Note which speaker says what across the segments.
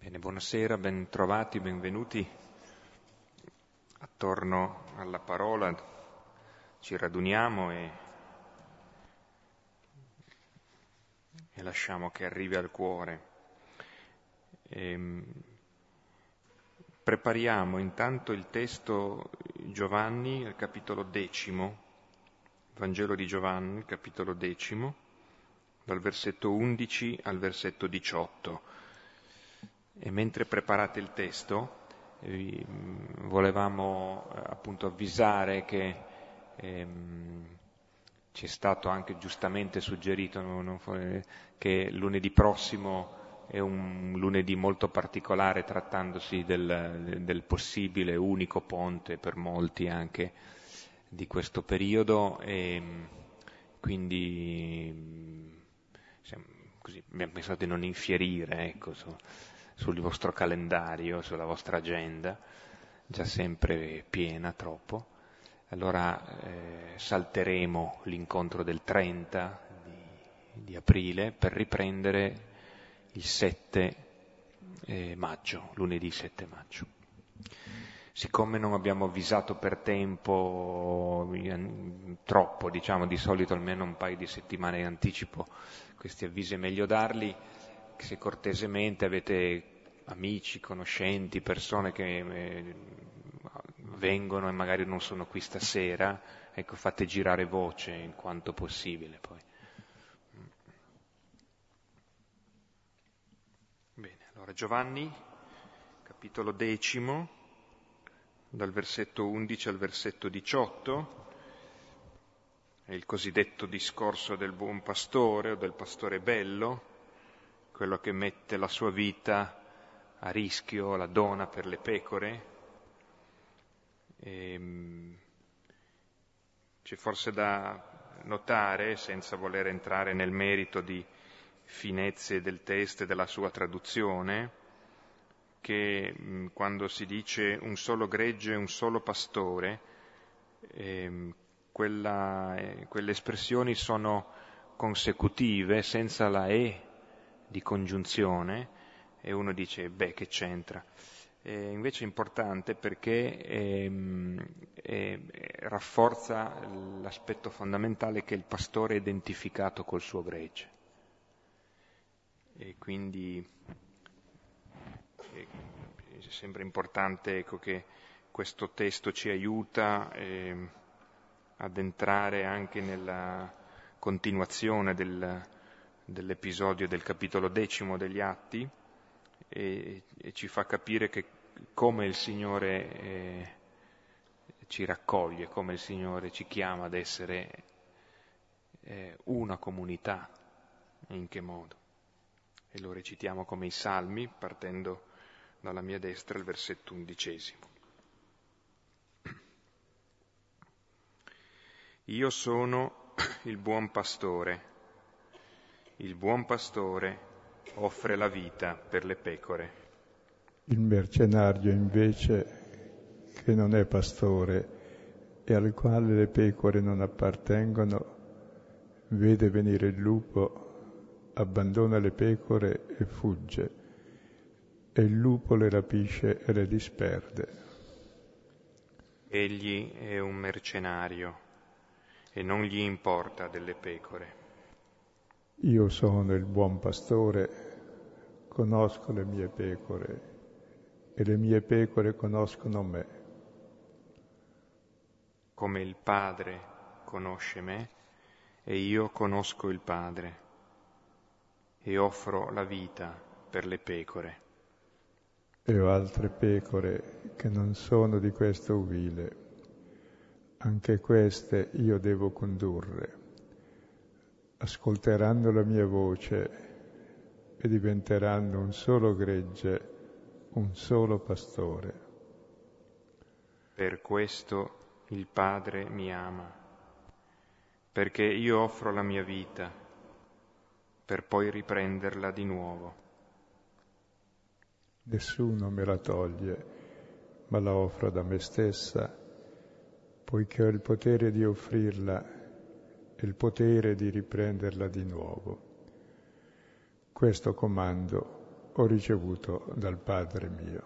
Speaker 1: Bene, buonasera, ben trovati, benvenuti. Attorno alla parola ci raduniamo e lasciamo che arrivi al cuore. Prepariamo intanto il testo Giovanni, al capitolo 10, Vangelo di Giovanni, capitolo 10, dal versetto 11 al versetto 18. E mentre preparate il testo, volevamo appunto avvisare che ci è stato anche giustamente suggerito che lunedì prossimo è un lunedì molto particolare, trattandosi del possibile unico ponte per molti anche di questo periodo, e quindi così abbiamo pensato di non infierire, ecco, sul vostro calendario, sulla vostra agenda, già sempre piena troppo. Allora salteremo l'incontro del 30 di aprile per riprendere il 7 maggio, lunedì 7 maggio. Siccome non abbiamo avvisato per tempo, troppo, diciamo, di solito almeno un paio di settimane in anticipo, questi avvisi è meglio darli. Se cortesemente avete amici, conoscenti, persone che vengono e magari non sono qui stasera, ecco, fate girare voce in quanto possibile poi. Bene, allora Giovanni, capitolo 10, dal versetto 11 al versetto 18, è il cosiddetto discorso del buon pastore o del pastore bello, quello che mette la sua vita a rischio, la dona per le pecore. C'è forse da notare, senza voler entrare nel merito di finezze del testo e della sua traduzione, che quando si dice un solo gregge e un solo pastore, quelle espressioni sono consecutive, senza la «e» di congiunzione, e uno dice, che c'entra? Invece è importante perché rafforza l'aspetto fondamentale che il pastore è identificato col suo gregge. E quindi è sempre importante, ecco, che questo testo ci aiuta ad entrare anche nella continuazione dell'episodio del capitolo 10 degli Atti, e ci fa capire che come il Signore ci raccoglie, come il Signore ci chiama ad essere una comunità, in che modo. E lo recitiamo come i Salmi, partendo dalla mia destra il versetto 11. Io sono il buon pastore offre la vita per le pecore.
Speaker 2: Il mercenario invece, che non è pastore e al quale le pecore non appartengono, vede venire il lupo, abbandona le pecore e fugge, e il lupo le rapisce e le disperde.
Speaker 1: Egli è un mercenario e non gli importa delle pecore.
Speaker 2: Io sono il buon pastore, conosco le mie pecore e le mie pecore conoscono me.
Speaker 1: Come il Padre conosce me e io conosco il Padre e offro la vita per le pecore.
Speaker 2: E ho altre pecore che non sono di questo ovile, anche queste io devo condurre. Ascolteranno la mia voce e diventeranno un solo gregge, un solo pastore.
Speaker 1: Per questo il Padre mi ama, perché io offro la mia vita per poi riprenderla di nuovo.
Speaker 2: Nessuno me la toglie, ma la offro da me stessa, poiché ho il potere di offrirla e il potere di riprenderla di nuovo. Questo comando ho ricevuto dal Padre mio.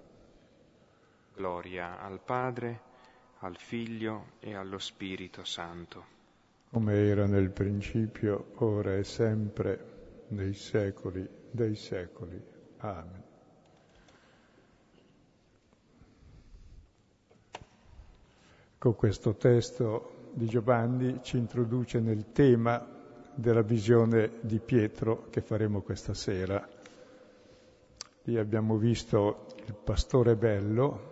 Speaker 1: Gloria al Padre, al Figlio e allo Spirito Santo.
Speaker 2: Come era nel principio, ora e sempre, nei secoli dei secoli. Amen. Con questo testo di Giovanni ci introduce nel tema della visione di Pietro che faremo questa sera. Lì abbiamo visto il pastore bello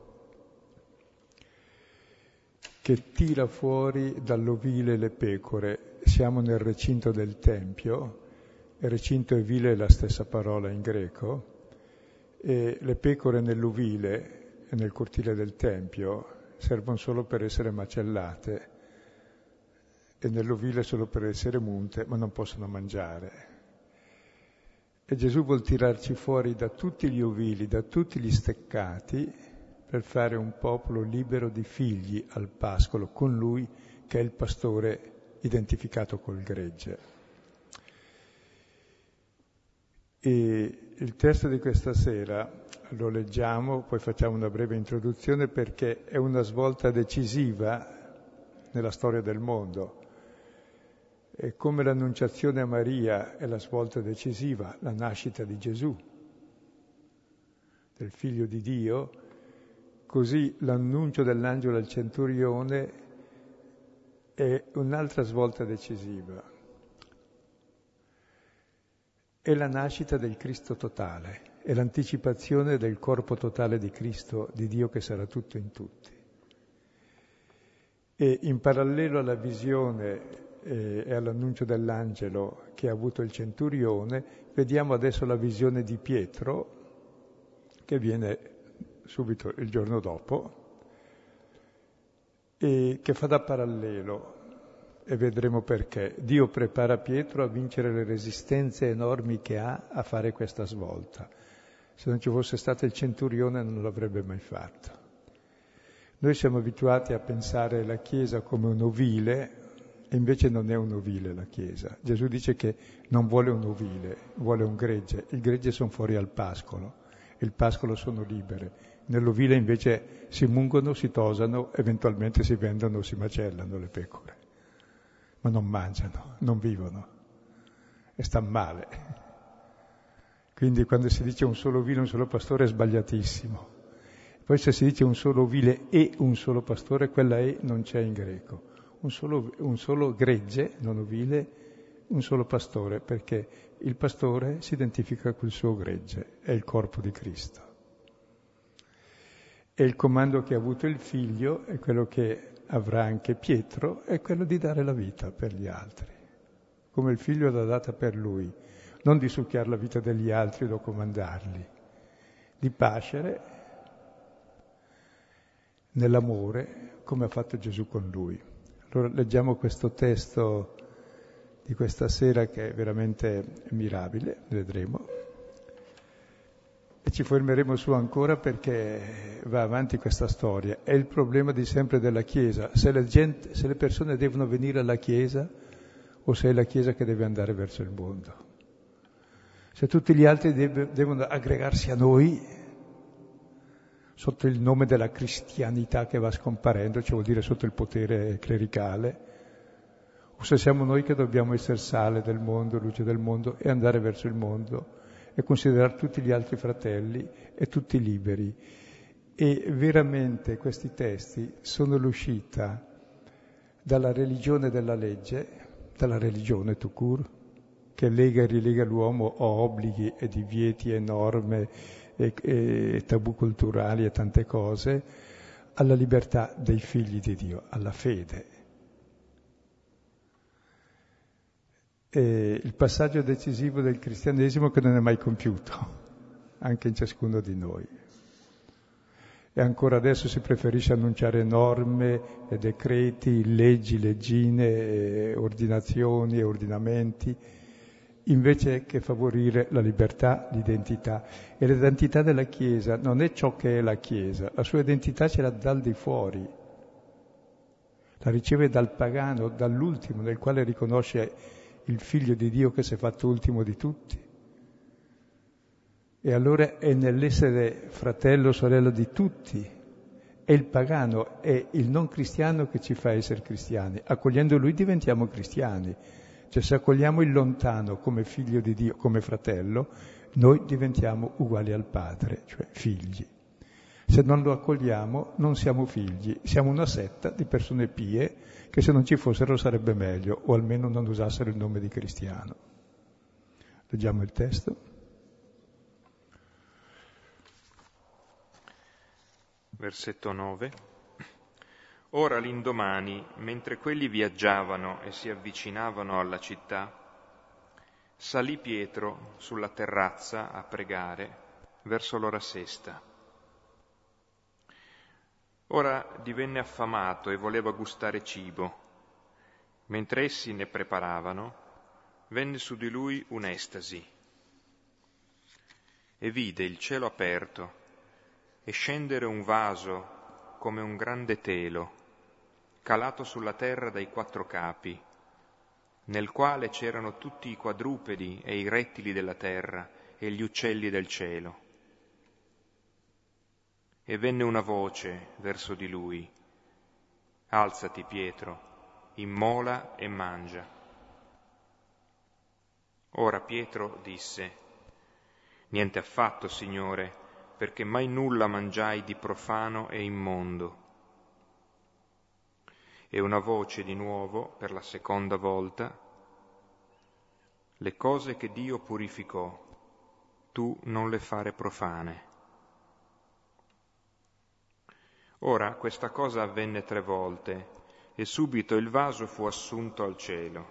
Speaker 2: che tira fuori dall'ovile le pecore. Siamo nel recinto del Tempio, e recinto e vile è la stessa parola in greco, e le pecore nell'ovile e nel cortile del Tempio servono solo per essere macellate e nell'ovile solo per essere munte, ma non possono mangiare. E Gesù vuol tirarci fuori da tutti gli ovili, da tutti gli steccati, per fare un popolo libero di figli al pascolo, con Lui che è il pastore identificato col gregge. E il testo di questa sera lo leggiamo, poi facciamo una breve introduzione perché è una svolta decisiva nella storia del mondo. E come l'annunciazione a Maria è la svolta decisiva, la nascita di Gesù, del Figlio di Dio, così l'annuncio dell'angelo al centurione è un'altra svolta decisiva. È la nascita del Cristo totale, è l'anticipazione del corpo totale di Cristo, di Dio che sarà tutto in tutti. E in parallelo alla visione e all'annuncio dell'angelo che ha avuto il centurione, vediamo adesso la visione di Pietro, che viene subito il giorno dopo, e che fa da parallelo, e vedremo perché. Dio prepara Pietro a vincere le resistenze enormi che ha a fare questa svolta. Se non ci fosse stato il centurione non l'avrebbe mai fatto. Noi siamo abituati a pensare la Chiesa come un ovile, e invece non è un ovile la Chiesa. Gesù dice che non vuole un ovile, vuole un gregge. Il gregge sono fuori al pascolo, il pascolo sono libere. Nell'ovile invece si mungono, si tosano, eventualmente si vendono, si macellano le pecore. Ma non mangiano, non vivono e stanno male. Quindi quando si dice un solo ovile, un solo pastore è sbagliatissimo. Poi se si dice un solo ovile e un solo pastore, quella E non c'è in greco. Un solo gregge, non ovile, un solo pastore, perché il pastore si identifica col suo gregge, è il corpo di Cristo. E il comando che ha avuto il figlio è quello che avrà anche Pietro, è quello di dare la vita per gli altri, come il figlio l'ha data per lui, non di succhiare la vita degli altri o di comandarli, di pascere nell'amore come ha fatto Gesù con lui. Allora leggiamo questo testo di questa sera che è veramente mirabile, vedremo, e ci fermeremo su ancora perché va avanti questa storia. È il problema di sempre della Chiesa, se le persone devono venire alla Chiesa o se è la Chiesa che deve andare verso il mondo. Se tutti gli altri devono aggregarsi a noi sotto il nome della cristianità che va scomparendo, cioè vuol dire sotto il potere clericale, o se siamo noi che dobbiamo essere sale del mondo, luce del mondo e andare verso il mondo e considerare tutti gli altri fratelli e tutti liberi. E veramente questi testi sono l'uscita dalla religione della legge, dalla religione tout court, che lega e rilega l'uomo a obblighi e divieti e norme e tabù culturali e tante cose, alla libertà dei figli di Dio, alla fede. E il passaggio decisivo del cristianesimo che non è mai compiuto, anche in ciascuno di noi. E ancora adesso si preferisce annunciare norme e decreti, leggi, leggine, ordinazioni e ordinamenti, invece che favorire la libertà, l'identità. E l'identità della Chiesa non è ciò che è la Chiesa, la sua identità ce l'ha dal di fuori, la riceve dal pagano, dall'ultimo, nel quale riconosce il Figlio di Dio che si è fatto ultimo di tutti. E allora è nell'essere fratello o sorella di tutti. È il pagano, è il non cristiano che ci fa essere cristiani. Accogliendo lui diventiamo cristiani. Cioè se accogliamo il lontano come figlio di Dio, come fratello, noi diventiamo uguali al Padre, cioè figli. Se non lo accogliamo non siamo figli, siamo una setta di persone pie che se non ci fossero sarebbe meglio, o almeno non usassero il nome di cristiano. Leggiamo il testo.
Speaker 1: Versetto 9. Ora l'indomani, mentre quelli viaggiavano e si avvicinavano alla città, salì Pietro sulla terrazza a pregare verso l'ora sesta. Ora divenne affamato e voleva gustare cibo. Mentre essi ne preparavano, venne su di lui un'estasi e vide il cielo aperto e scendere un vaso come un grande telo, calato sulla terra dai 4 capi, nel quale c'erano tutti i quadrupedi e i rettili della terra e gli uccelli del cielo. E venne una voce verso di lui: alzati, Pietro, immola e mangia. Ora Pietro disse: niente affatto, Signore, perché mai nulla mangiai di profano e immondo. E una voce di nuovo, per la seconda volta: le cose che Dio purificò, tu non le fare profane. Ora questa cosa avvenne 3 volte, e subito il vaso fu assunto al cielo.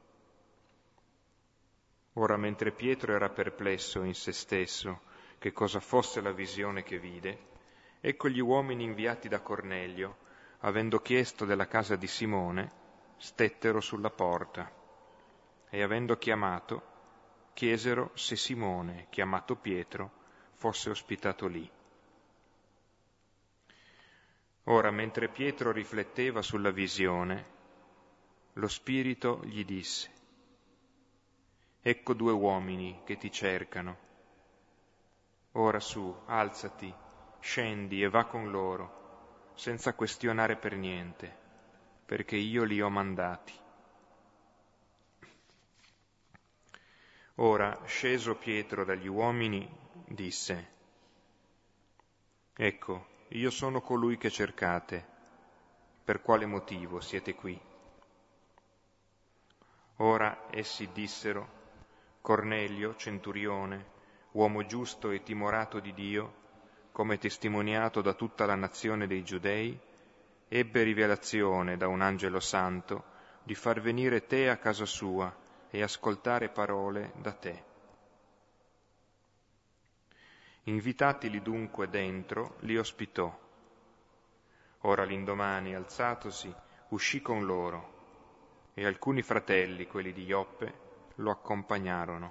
Speaker 1: Ora, mentre Pietro era perplesso in se stesso che cosa fosse la visione che vide, ecco gli uomini inviati da Cornelio, avendo chiesto della casa di Simone, stettero sulla porta, e avendo chiamato, chiesero se Simone, chiamato Pietro, fosse ospitato lì. Ora, mentre Pietro rifletteva sulla visione, lo Spirito gli disse: ecco 2 uomini che ti cercano. Ora su, alzati, scendi e va con loro, senza questionare per niente, perché io li ho mandati. Ora, sceso Pietro dagli uomini, disse: ecco, io sono colui che cercate. Per quale motivo siete qui? Ora essi dissero: Cornelio, centurione, uomo giusto e timorato di Dio, come testimoniato da tutta la nazione dei Giudei, ebbe rivelazione da un angelo santo di far venire te a casa sua e ascoltare parole da te. Invitatili dunque dentro, li ospitò. Ora l'indomani, alzatosi, uscì con loro, e alcuni fratelli, quelli di Ioppe, lo accompagnarono.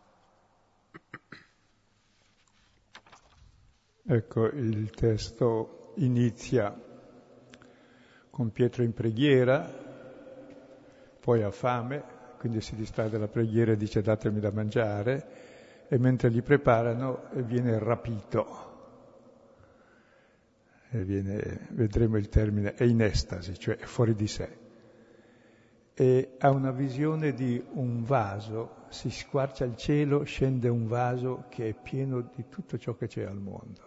Speaker 2: Ecco, il testo inizia con Pietro in preghiera, poi ha fame, quindi si distrae dalla preghiera e dice datemi da mangiare, e mentre gli preparano viene rapito. E vedremo il termine, è in estasi, cioè è fuori di sé. E ha una visione di un vaso, si squarcia il cielo, scende un vaso che è pieno di tutto ciò che c'è al mondo.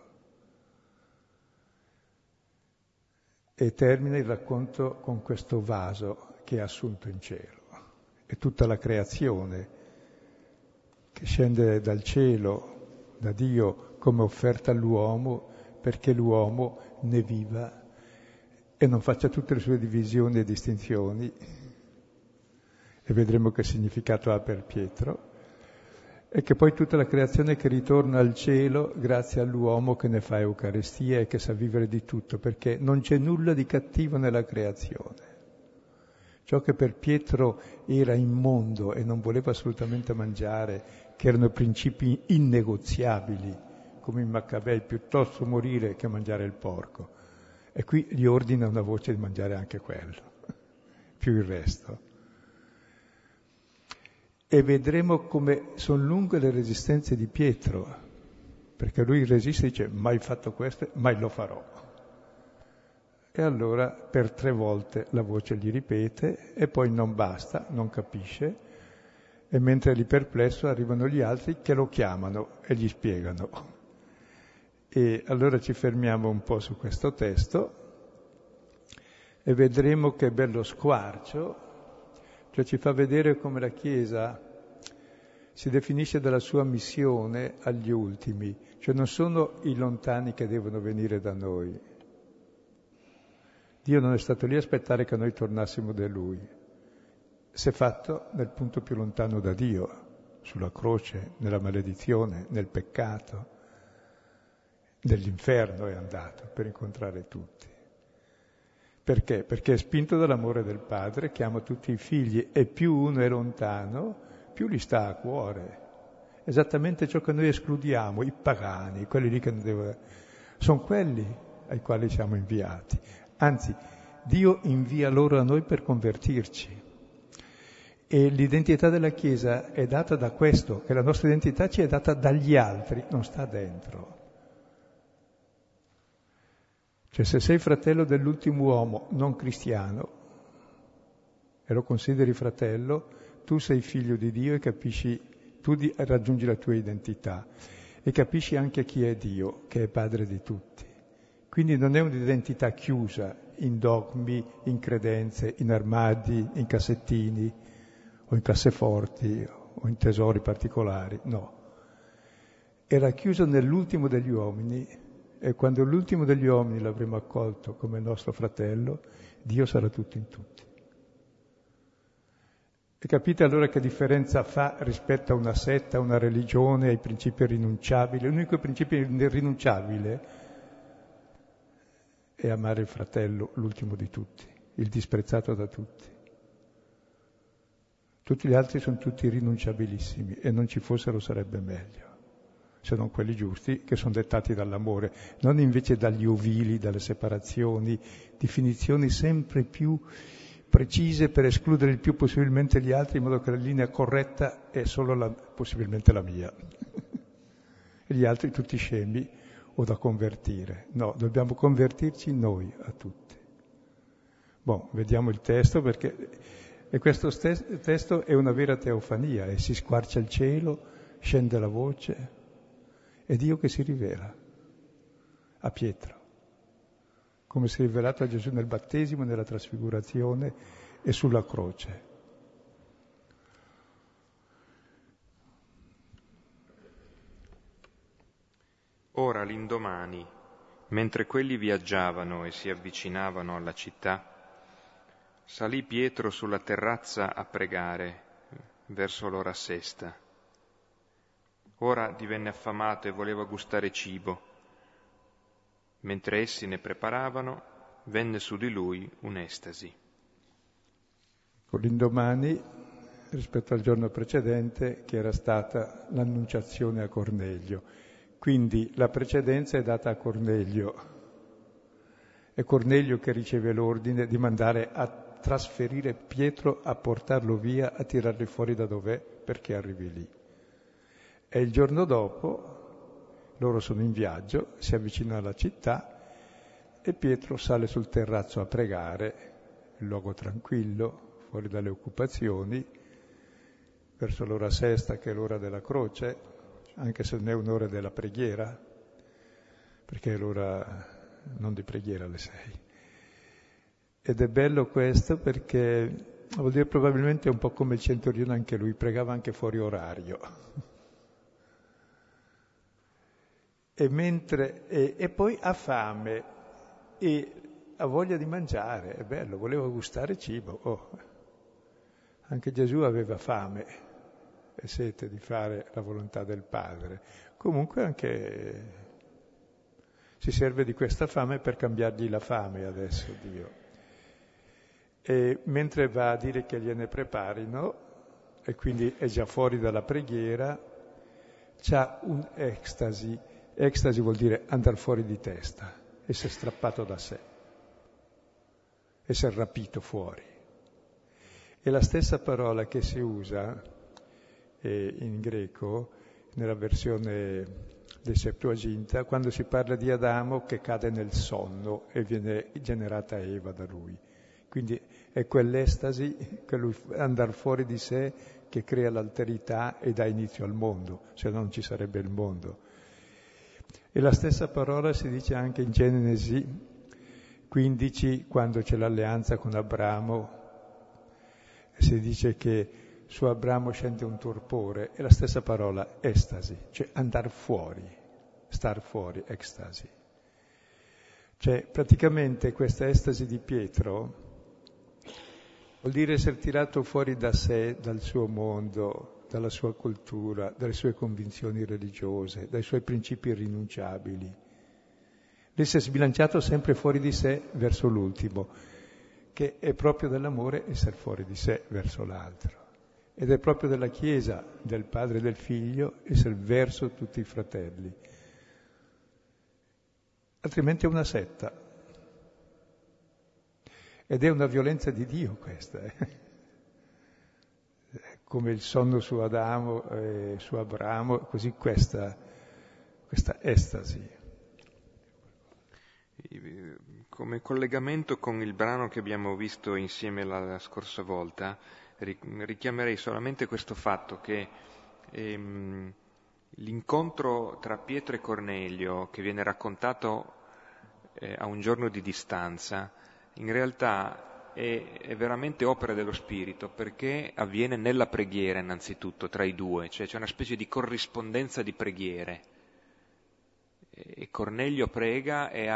Speaker 2: E termina il racconto con questo vaso che è assunto in cielo. È tutta la creazione che scende dal cielo, da Dio, come offerta all'uomo, perché l'uomo ne viva e non faccia tutte le sue divisioni e distinzioni. E vedremo che significato ha per Pietro. E che poi tutta la creazione che ritorna al cielo grazie all'uomo che ne fa Eucaristia e che sa vivere di tutto, perché non c'è nulla di cattivo nella creazione. Ciò che per Pietro era immondo e non voleva assolutamente mangiare, che erano principi innegoziabili, come in Maccabei, piuttosto morire che mangiare il porco. E qui gli ordina una voce di mangiare anche quello, più il resto. E vedremo come sono lunghe le resistenze di Pietro, perché lui resiste e dice mai fatto questo, mai lo farò. E allora per 3 volte la voce gli ripete e poi non basta, non capisce, e mentre è lì perplesso arrivano gli altri che lo chiamano e gli spiegano. E allora ci fermiamo un po' su questo testo e vedremo che bello squarcio, cioè ci fa vedere come la Chiesa si definisce dalla sua missione agli ultimi, cioè non sono i lontani che devono venire da noi. Dio non è stato lì a aspettare che noi tornassimo da Lui. Si è fatto nel punto più lontano da Dio, sulla croce, nella maledizione, nel peccato, nell'inferno è andato per incontrare tutti. Perché? Perché è spinto dall'amore del Padre che ama tutti i figli e più uno è lontano, più gli sta a cuore. Esattamente ciò che noi escludiamo, i pagani, quelli lì che non devono... sono quelli ai quali siamo inviati. Anzi, Dio invia loro a noi per convertirci. E l'identità della Chiesa è data da questo, che la nostra identità ci è data dagli altri, non sta dentro. Cioè se sei fratello dell'ultimo uomo non cristiano e lo consideri fratello, tu sei figlio di Dio e capisci, tu raggiungi la tua identità e capisci anche chi è Dio, che è padre di tutti. Quindi non è un'identità chiusa in dogmi, in credenze, in armadi, in cassettini o in casseforti o in tesori particolari, no. È racchiuso nell'ultimo degli uomini e quando l'ultimo degli uomini l'avremo accolto come nostro fratello, Dio sarà tutto in tutti. E capite allora che differenza fa rispetto a una setta, a una religione, ai principi irrinunciabili? L'unico principio irrinunciabile è amare il fratello, l'ultimo di tutti, il disprezzato da tutti. Tutti gli altri sono tutti irrinunciabilissimi e non ci fossero sarebbe meglio, se non quelli giusti che sono dettati dall'amore, non invece dagli ovili, dalle separazioni, definizioni sempre più precise per escludere il più possibilmente gli altri in modo che la linea corretta è solo possibilmente la mia e gli altri tutti scemi o da convertire. No, dobbiamo convertirci noi a tutti. Vediamo il testo perché questo testo è una vera teofania e si squarcia il cielo, scende la voce, è Dio che si rivela a Pietro, come si è rivelato a Gesù nel battesimo, nella trasfigurazione e sulla croce.
Speaker 1: Ora l'indomani, mentre quelli viaggiavano e si avvicinavano alla città, salì Pietro sulla terrazza a pregare verso l'ora sesta. Ora divenne affamato e voleva gustare cibo. Mentre essi ne preparavano, venne su di lui un'estasi.
Speaker 2: Con l'indomani, rispetto al giorno precedente, che era stata l'annunciazione a Cornelio. Quindi la precedenza è data a Cornelio. È Cornelio che riceve l'ordine di mandare a trasferire Pietro, a portarlo via, a tirarli fuori da dov'è, perché arrivi lì. E il giorno dopo loro sono in viaggio, si avvicinano alla città e Pietro sale sul terrazzo a pregare, il luogo tranquillo, fuori dalle occupazioni, verso l'ora sesta che è l'ora della croce, anche se non è un'ora della preghiera, perché è l'ora non di preghiera alle 6. Ed è bello questo perché vuol dire probabilmente un po' come il centurione, anche lui pregava anche fuori orario. E poi ha fame e ha voglia di mangiare, è bello, voleva gustare cibo. Anche Gesù aveva fame e sete di fare la volontà del Padre. Comunque anche si serve di questa fame per cambiargli la fame adesso Dio. E mentre va a dire che gliene preparino, e quindi è già fuori dalla preghiera, c'ha un'estasi. Estasi vuol dire andare fuori di testa, essere strappato da sé, essere rapito fuori. E la stessa parola che si usa in greco, nella versione dei Septuaginta, quando si parla di Adamo che cade nel sonno e viene generata Eva da lui. Quindi è quell'estasi, andare fuori di sé, che crea l'alterità e dà inizio al mondo, se no non ci sarebbe il mondo. E la stessa parola si dice anche in Genesi 15, quando c'è l'alleanza con Abramo, si dice che su Abramo scende un torpore, è la stessa parola, estasi, cioè andare fuori, star fuori, ekstasi. Cioè praticamente questa estasi di Pietro vuol dire essere tirato fuori da sé, dal suo mondo, dalla sua cultura, dalle sue convinzioni religiose, dai suoi principi irrinunciabili. Lui si è sbilanciato sempre fuori di sé verso l'ultimo, che è proprio dell'amore essere fuori di sé verso l'altro. Ed è proprio della Chiesa, del Padre e del Figlio, essere verso tutti i fratelli. Altrimenti è una setta. Ed è una violenza di Dio questa. Come il sonno su Adamo, su Abramo, così questa estasi.
Speaker 1: Come collegamento con il brano che abbiamo visto insieme la scorsa volta, richiamerei solamente questo fatto che l'incontro tra Pietro e Cornelio, che viene raccontato a un giorno di distanza, in realtà è veramente opera dello Spirito, perché avviene nella preghiera innanzitutto tra i due, cioè c'è una specie di corrispondenza di preghiere. E Cornelio prega e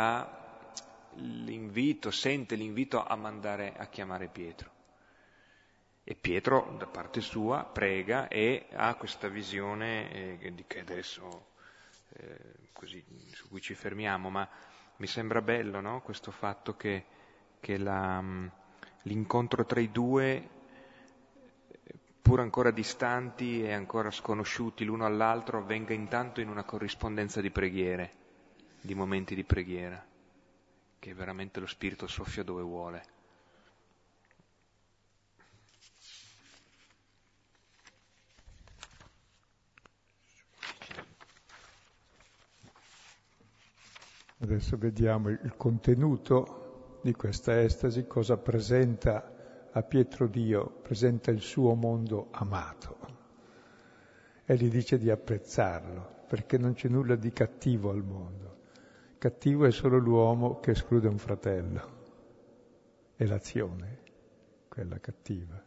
Speaker 1: sente l'invito a chiamare Pietro. E Pietro, da parte sua, prega e ha questa visione che adesso così su cui ci fermiamo, ma mi sembra bello, no? Questo fatto che l'incontro tra i due, pur ancora distanti e ancora sconosciuti l'uno all'altro, avvenga intanto in una corrispondenza di preghiere, di momenti di preghiera, che veramente lo Spirito soffia dove vuole.
Speaker 2: Adesso vediamo il contenuto di questa estasi, cosa presenta a Pietro Dio, presenta il suo mondo amato e gli dice di apprezzarlo, perché non c'è nulla di cattivo al mondo. Cattivo è solo l'uomo che esclude un fratello, è l'azione, quella cattiva.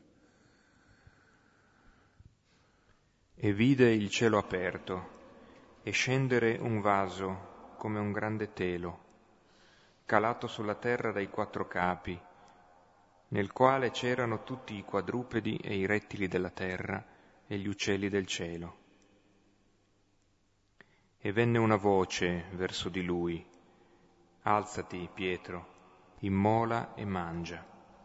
Speaker 1: E vide il cielo aperto e scendere un vaso come un grande telo, calato sulla terra dai 4 capi, nel quale c'erano tutti i quadrupedi e i rettili della terra e gli uccelli del cielo. E venne una voce verso di lui: alzati, Pietro, immola e mangia.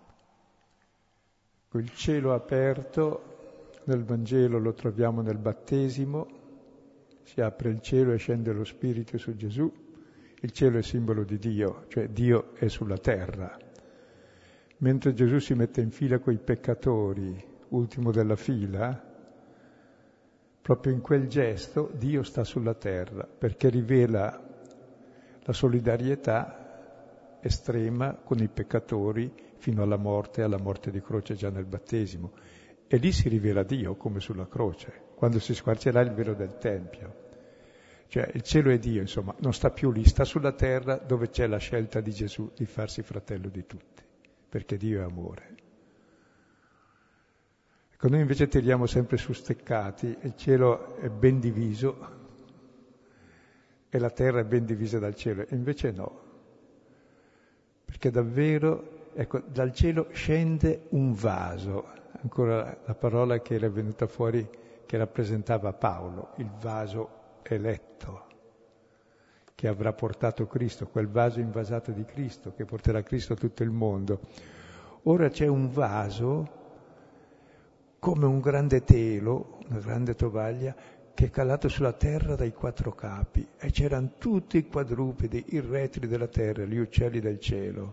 Speaker 2: Il cielo aperto nel Vangelo lo troviamo nel battesimo, si apre il cielo e scende lo Spirito su Gesù. Il cielo è simbolo di Dio, cioè Dio è sulla terra. Mentre Gesù si mette in fila coi peccatori, ultimo della fila, proprio in quel gesto Dio sta sulla terra, perché rivela la solidarietà estrema con i peccatori fino alla morte di croce già nel battesimo. E lì si rivela Dio come sulla croce, quando si squarcerà il velo del Tempio. Cioè il cielo è Dio, insomma, non sta più lì, sta sulla terra dove c'è la scelta di Gesù di farsi fratello di tutti, perché Dio è amore. Ecco, noi invece tiriamo sempre su steccati, il cielo è ben diviso e la terra è ben divisa dal cielo, e invece no, perché davvero, ecco, dal cielo scende un vaso, ancora la parola che era venuta fuori, che rappresentava Paolo, il vaso eletto, che avrà portato Cristo, quel vaso invasato di Cristo, che porterà Cristo a tutto il mondo. Ora c'è un vaso come un grande telo, una grande tovaglia, che è calato sulla terra dai 4 capi, e c'erano tutti i quadrupedi, i rettili della terra, gli uccelli del cielo.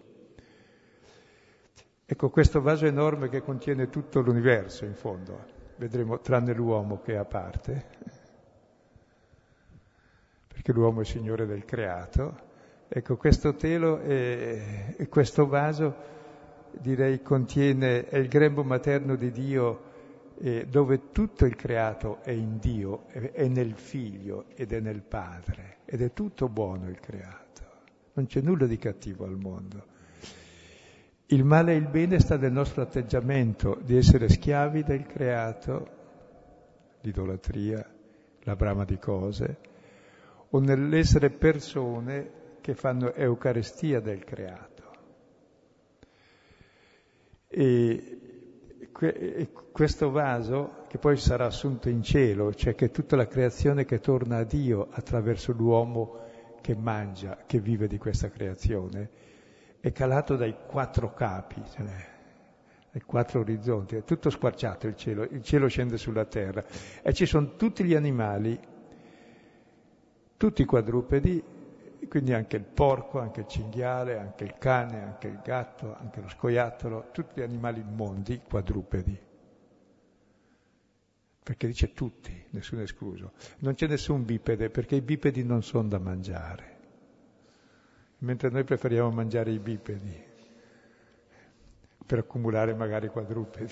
Speaker 2: Ecco, questo vaso enorme che contiene tutto l'universo, in fondo, vedremo, tranne l'uomo che è a parte, perché l'uomo è signore del creato. Ecco, questo telo e questo vaso, direi, è il grembo materno di Dio, dove tutto il creato è in Dio, è nel Figlio ed è nel Padre, ed è tutto buono il creato, non c'è nulla di cattivo al mondo. Il male e il bene sta nel nostro atteggiamento di essere schiavi del creato, l'idolatria, la brama di cose, o nell'essere persone che fanno eucaristia del creato. E questo vaso, che poi sarà assunto in cielo, cioè che tutta la creazione che torna a Dio attraverso l'uomo che mangia, che vive di questa creazione, è calato dai 4 capi, dai 4 orizzonti, è tutto squarciato il cielo scende sulla terra e ci sono tutti gli animali, tutti i quadrupedi, quindi anche il porco, anche il cinghiale, anche il cane, anche il gatto, anche lo scoiattolo, tutti gli animali immondi, quadrupedi. Perché dice tutti, nessuno escluso. Non c'è nessun bipede, perché i bipedi non sono da mangiare. Mentre noi preferiamo mangiare i bipedi, per accumulare magari quadrupedi.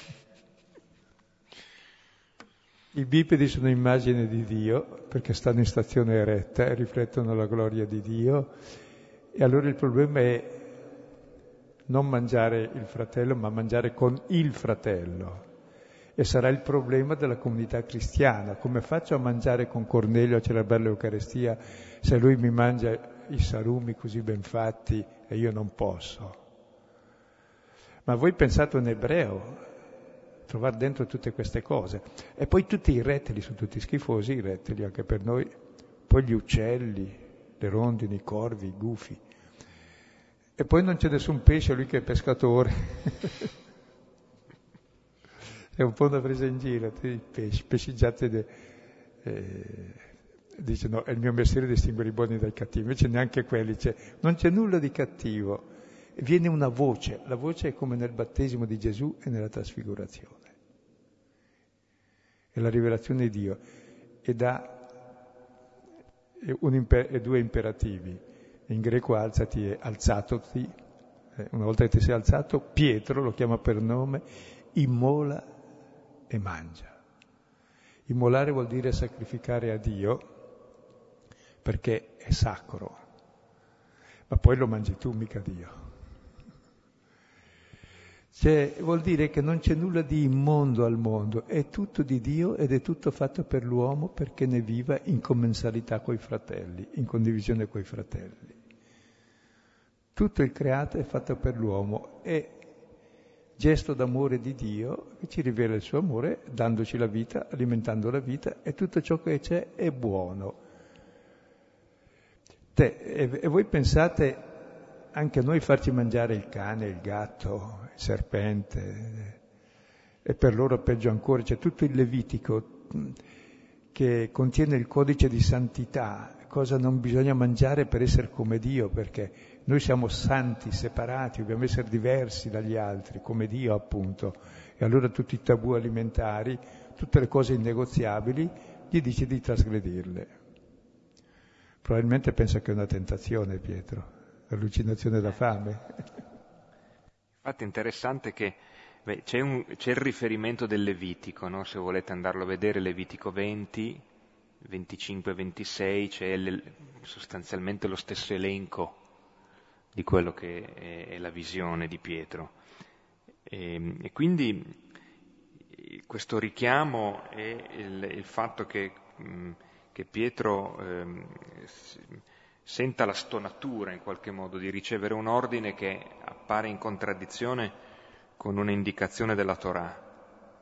Speaker 2: I bipedi sono immagine di Dio, perché stanno in stazione eretta e riflettono la gloria di Dio, e allora il problema è non mangiare il fratello, ma mangiare con il fratello. E sarà il problema della comunità cristiana. Come faccio a mangiare con Cornelio, a celebrare l'Eucarestia, se lui mi mangia i sarumi così ben fatti e io non posso? Ma voi pensate un ebreo, trovare dentro tutte queste cose. E poi tutti i rettili, sono tutti schifosi i rettili anche per noi, poi gli uccelli, le rondini, i corvi, i gufi. E poi non c'è nessun pesce, lui che è pescatore. È un po' una presa in giro, i pesci giatti dice no, è il mio mestiere distinguere i buoni dai cattivi, invece neanche quelli non c'è nulla di cattivo. Viene una voce, la voce è come nel battesimo di Gesù e nella trasfigurazione. È la rivelazione di Dio e dà 2 imperativi. In greco alzati e alzatoti, una volta che ti sei alzato, Pietro lo chiama per nome, immola e mangia. Immolare vuol dire sacrificare a Dio perché è sacro, ma poi lo mangi tu, mica Dio. Vuol dire che non c'è nulla di immondo al mondo, è tutto di Dio ed è tutto fatto per l'uomo perché ne viva in commensalità coi fratelli, in condivisione coi fratelli. Tutto il creato è fatto per l'uomo, è gesto d'amore di Dio che ci rivela il suo amore dandoci la vita, alimentando la vita, e tutto ciò che c'è è buono. E voi pensate anche a noi farci mangiare il cane, il gatto, il serpente, e per loro peggio ancora, c'è tutto il Levitico che contiene il codice di santità, cosa non bisogna mangiare per essere come Dio, perché noi siamo santi, separati, dobbiamo essere diversi dagli altri, come Dio appunto, e allora tutti i tabù alimentari, tutte le cose innegoziabili, gli dice di trasgredirle. Probabilmente pensa che è una tentazione, Pietro. Allucinazione da fame.
Speaker 1: Infatti è interessante che c'è il riferimento del Levitico, no? Se volete andarlo a vedere, Levitico 20, 25, 26, c'è sostanzialmente lo stesso elenco di quello che è la visione di Pietro. E quindi questo richiamo e il fatto che Pietro senta la stonatura in qualche modo di ricevere un ordine che appare in contraddizione con un'indicazione della Torah.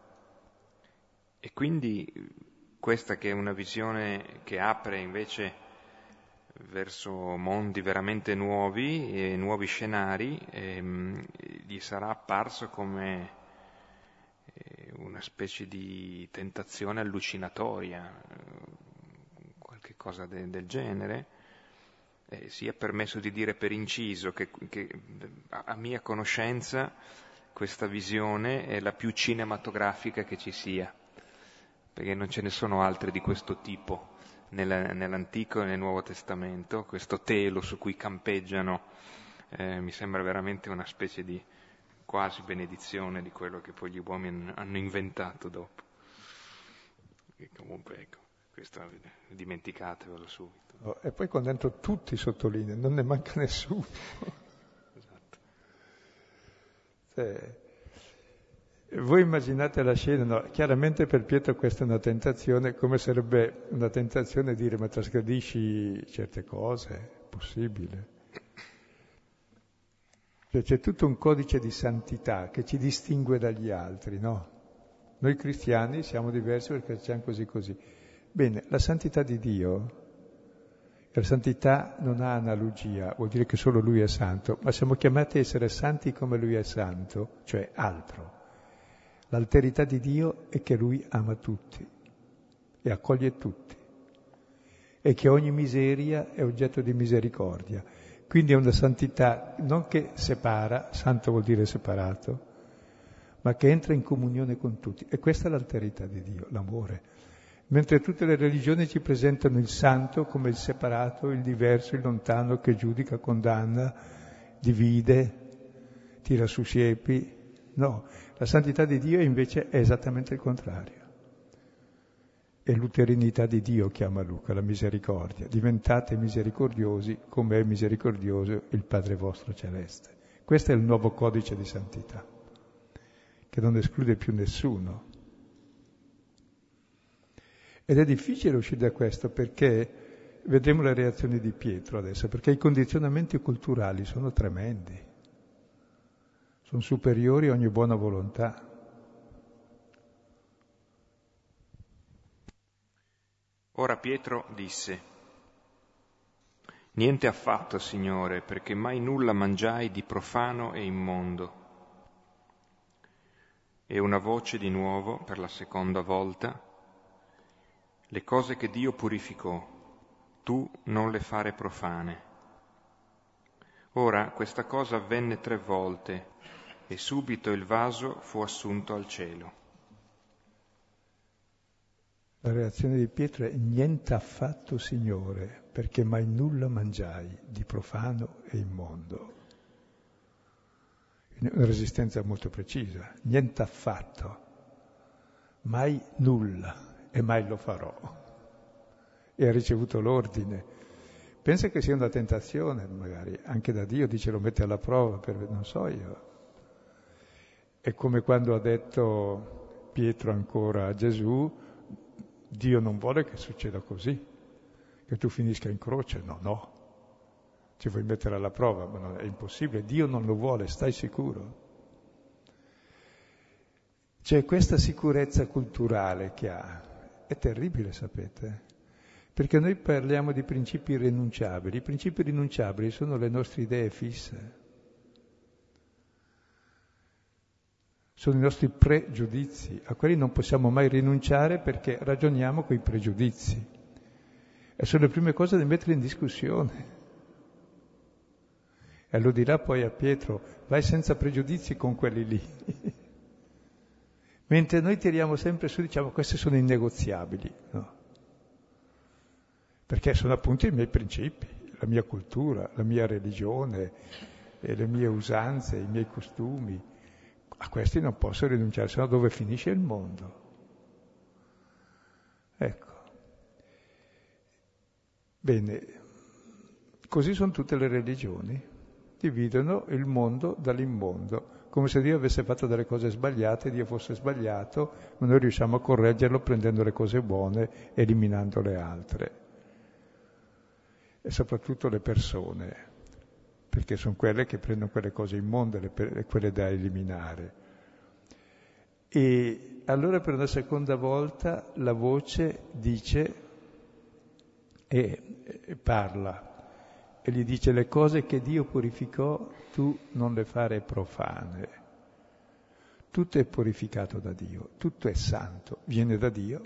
Speaker 1: E quindi questa che è una visione che apre invece verso mondi veramente nuovi e nuovi scenari, gli sarà apparso come una specie di tentazione allucinatoria, qualche cosa del genere. Sia permesso di dire per inciso che a mia conoscenza questa visione è la più cinematografica che ci sia, perché non ce ne sono altre di questo tipo nell'Antico e nel Nuovo Testamento, questo telo su cui campeggiano, mi sembra veramente una specie di quasi benedizione di quello che poi gli uomini hanno inventato dopo. E comunque, ecco, questo dimenticatevelo subito.
Speaker 2: E poi con dentro tutti sottolineano, non ne manca nessuno.
Speaker 1: Esatto.
Speaker 2: Voi immaginate la scena, no? Chiaramente per Pietro questa è una tentazione, come sarebbe una tentazione dire ma trasgredisci certe cose, è possibile. Cioè, c'è tutto un codice di santità che ci distingue dagli altri, no? Noi cristiani siamo diversi perché siamo così. Bene, la santità di Dio, la santità non ha analogia, vuol dire che solo Lui è santo, ma siamo chiamati a essere santi come Lui è santo, cioè altro. L'alterità di Dio è che Lui ama tutti e accoglie tutti e che ogni miseria è oggetto di misericordia. Quindi è una santità non che separa, santo vuol dire separato, ma che entra in comunione con tutti. E questa è l'alterità di Dio, l'amore. Mentre tutte le religioni ci presentano il santo come il separato, il diverso, il lontano, che giudica, condanna, divide, tira su siepi. No, la santità di Dio invece è esattamente il contrario. È l'uterinità di Dio, chiama Luca, la misericordia. Diventate misericordiosi come è misericordioso il Padre vostro celeste. Questo è il nuovo codice di santità, che non esclude più nessuno. Ed è difficile uscire da questo perché vedremo le reazioni di Pietro adesso, perché i condizionamenti culturali sono tremendi, sono superiori a ogni buona volontà.
Speaker 1: Ora Pietro disse: niente affatto, Signore, perché mai nulla mangiai di profano e immondo. E una voce di nuovo, per la seconda volta: le cose che Dio purificò, tu non le fare profane. Ora questa cosa avvenne 3 volte, e subito il vaso fu assunto al cielo.
Speaker 2: La reazione di Pietro è: niente affatto, Signore, perché mai nulla mangiai di profano e immondo. Una resistenza molto precisa, niente affatto, mai nulla e mai lo farò. E ha ricevuto l'ordine. Pensa che sia una tentazione, magari, anche da Dio, dice lo mette alla prova, non so io. È come quando ha detto Pietro ancora a Gesù: Dio non vuole che succeda così, che tu finisca in croce. No, ci vuoi mettere alla prova, ma è impossibile, Dio non lo vuole, stai sicuro. C'è questa sicurezza culturale che ha, è terribile, sapete, perché noi parliamo di principi irrinunciabili. I principi irrinunciabili sono le nostre idee fisse, sono i nostri pregiudizi, a quelli non possiamo mai rinunciare perché ragioniamo coi pregiudizi e sono le prime cose da mettere in discussione. E lo dirà poi a Pietro: vai senza pregiudizi con quelli lì. Mentre noi tiriamo sempre su, diciamo questi sono innegoziabili, no? Perché sono appunto i miei principi, la mia cultura, la mia religione, le mie usanze, i miei costumi. A questi non posso rinunciare, sennò dove finisce il mondo? Ecco. Bene, così sono tutte le religioni, dividono il mondo dall'immondo, come se Dio avesse fatto delle cose sbagliate, Dio fosse sbagliato, ma noi riusciamo a correggerlo prendendo le cose buone, eliminando le altre. E soprattutto le persone, perché sono quelle che prendono quelle cose immonde, quelle da eliminare. E allora per una seconda volta la voce dice e parla e gli dice: le cose che Dio purificò tu non le fare profane. Tutto è purificato da Dio, tutto è santo, viene da Dio.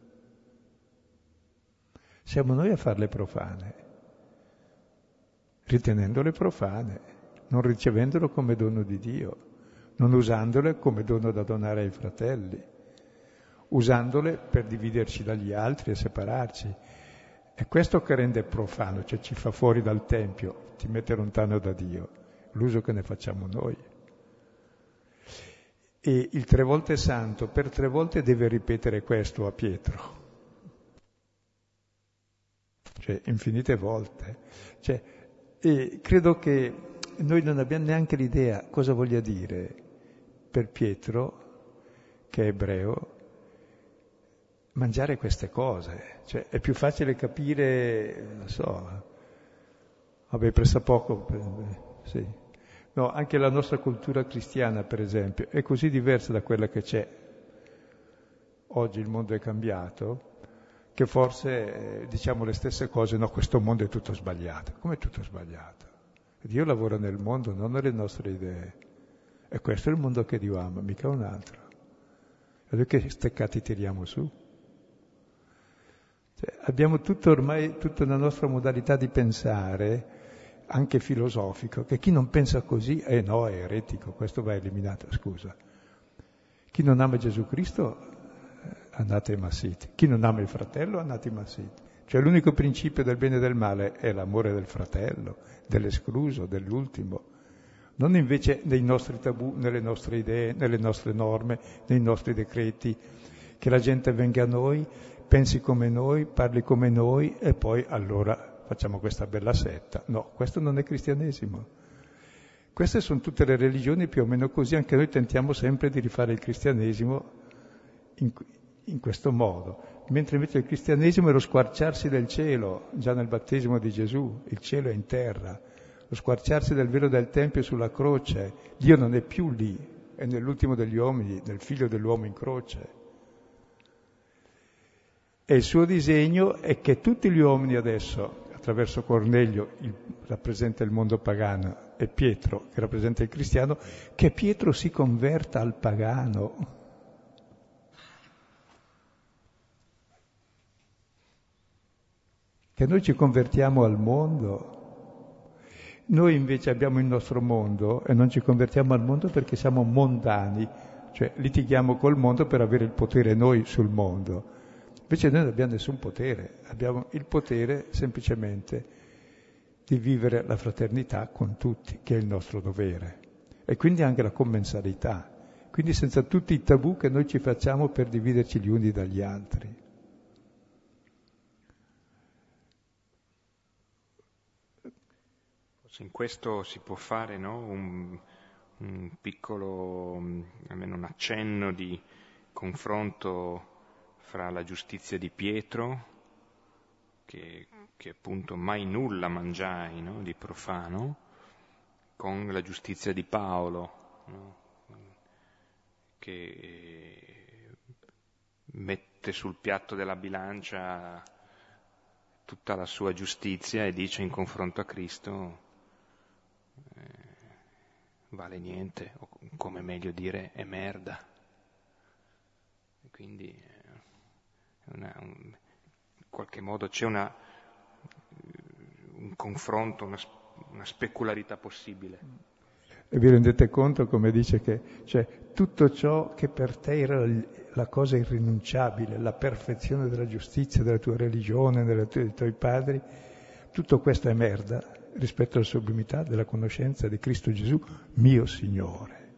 Speaker 2: Siamo noi a farle profane, ritenendole profane, non ricevendolo come dono di Dio, non usandole come dono da donare ai fratelli, usandole per dividerci dagli altri e separarci. È questo che rende profano, cioè ci fa fuori dal Tempio, ti mette lontano da Dio, l'uso che ne facciamo noi. E il 3 volte santo per 3 volte deve ripetere questo a Pietro, cioè infinite volte. Cioè, e credo che noi non abbiamo neanche l'idea cosa voglia dire per Pietro, che è ebreo, mangiare queste cose. Cioè, è più facile capire, non so, vabbè, pressappoco, sì. No, anche la nostra cultura cristiana, per esempio, è così diversa da quella che c'è. Oggi il mondo è cambiato, che forse diciamo le stesse cose, no, questo mondo è tutto sbagliato. Come tutto sbagliato? Dio lavora nel mondo, non nelle nostre idee. E questo è il mondo che Dio ama, mica un altro. E noi che steccati tiriamo su. Cioè, abbiamo tutto ormai, tutta la nostra modalità di pensare, anche filosofico, che chi non pensa così, no, è eretico, questo va eliminato, scusa. Chi non ama Gesù Cristo, anatema sit. Chi non ama il fratello, anatema sit. Cioè l'unico principio del bene e del male è l'amore del fratello, dell'escluso, dell'ultimo. Non invece nei nostri tabù, nelle nostre idee, nelle nostre norme, nei nostri decreti, che la gente venga a noi, pensi come noi, parli come noi e poi allora facciamo questa bella setta. No, questo non è cristianesimo. Queste sono tutte le religioni più o meno così, anche noi tentiamo sempre di rifare il cristianesimo in questo modo, mentre invece il cristianesimo è lo squarciarsi del cielo, già nel battesimo di Gesù, il cielo è in terra, lo squarciarsi del velo del Tempio sulla croce, Dio non è più lì, è nell'ultimo degli uomini, nel figlio dell'uomo in croce. E il suo disegno è che tutti gli uomini adesso, attraverso Cornelio, rappresenta il mondo pagano, e Pietro, che rappresenta il cristiano, che Pietro si converta al pagano. Che noi ci convertiamo al mondo. Noi invece abbiamo il nostro mondo e non ci convertiamo al mondo perché siamo mondani, cioè litighiamo col mondo per avere il potere noi sul mondo. Invece noi non abbiamo nessun potere, abbiamo il potere semplicemente di vivere la fraternità con tutti, che è il nostro dovere, e quindi anche la commensalità, quindi senza tutti i tabù che noi ci facciamo per dividerci gli uni dagli altri.
Speaker 1: In questo si può fare, no? un piccolo, almeno un accenno di confronto fra la giustizia di Pietro, che appunto mai nulla mangiai, no? Di profano, con la giustizia di Paolo, no? Che mette sul piatto della bilancia tutta la sua giustizia e dice in confronto a Cristo vale niente, o come meglio dire è merda. Quindi in qualche modo c'è un confronto, una specularità possibile.
Speaker 2: E vi rendete conto, come dice, che cioè, tutto ciò che per te era la cosa irrinunciabile, la perfezione della giustizia, della tua religione, dei tuoi padri, tutto questo è merda rispetto alla sublimità della conoscenza di Cristo Gesù, mio Signore,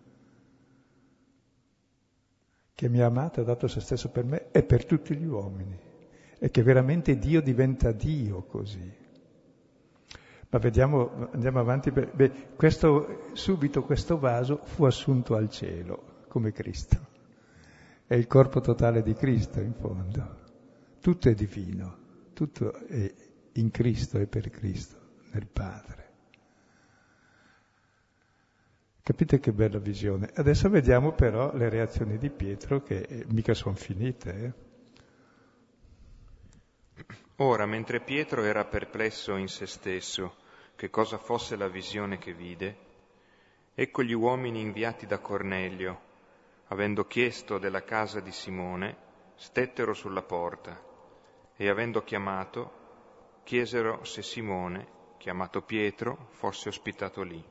Speaker 2: che mi ha amato e ha dato se stesso per me e per tutti gli uomini, e che veramente Dio diventa Dio così. Ma vediamo, andiamo avanti, subito questo vaso fu assunto al cielo, come Cristo. È il corpo totale di Cristo, in fondo. Tutto è divino, tutto è in Cristo e per Cristo, nel Padre. Capite che bella visione? Adesso vediamo però le reazioni di Pietro, che mica sono finite,
Speaker 1: Ora, mentre Pietro era perplesso in se stesso che cosa fosse la visione che vide, ecco gli uomini inviati da Cornelio, avendo chiesto della casa di Simone, stettero sulla porta e, avendo chiamato, chiesero se Simone, chiamato Pietro, fosse ospitato lì.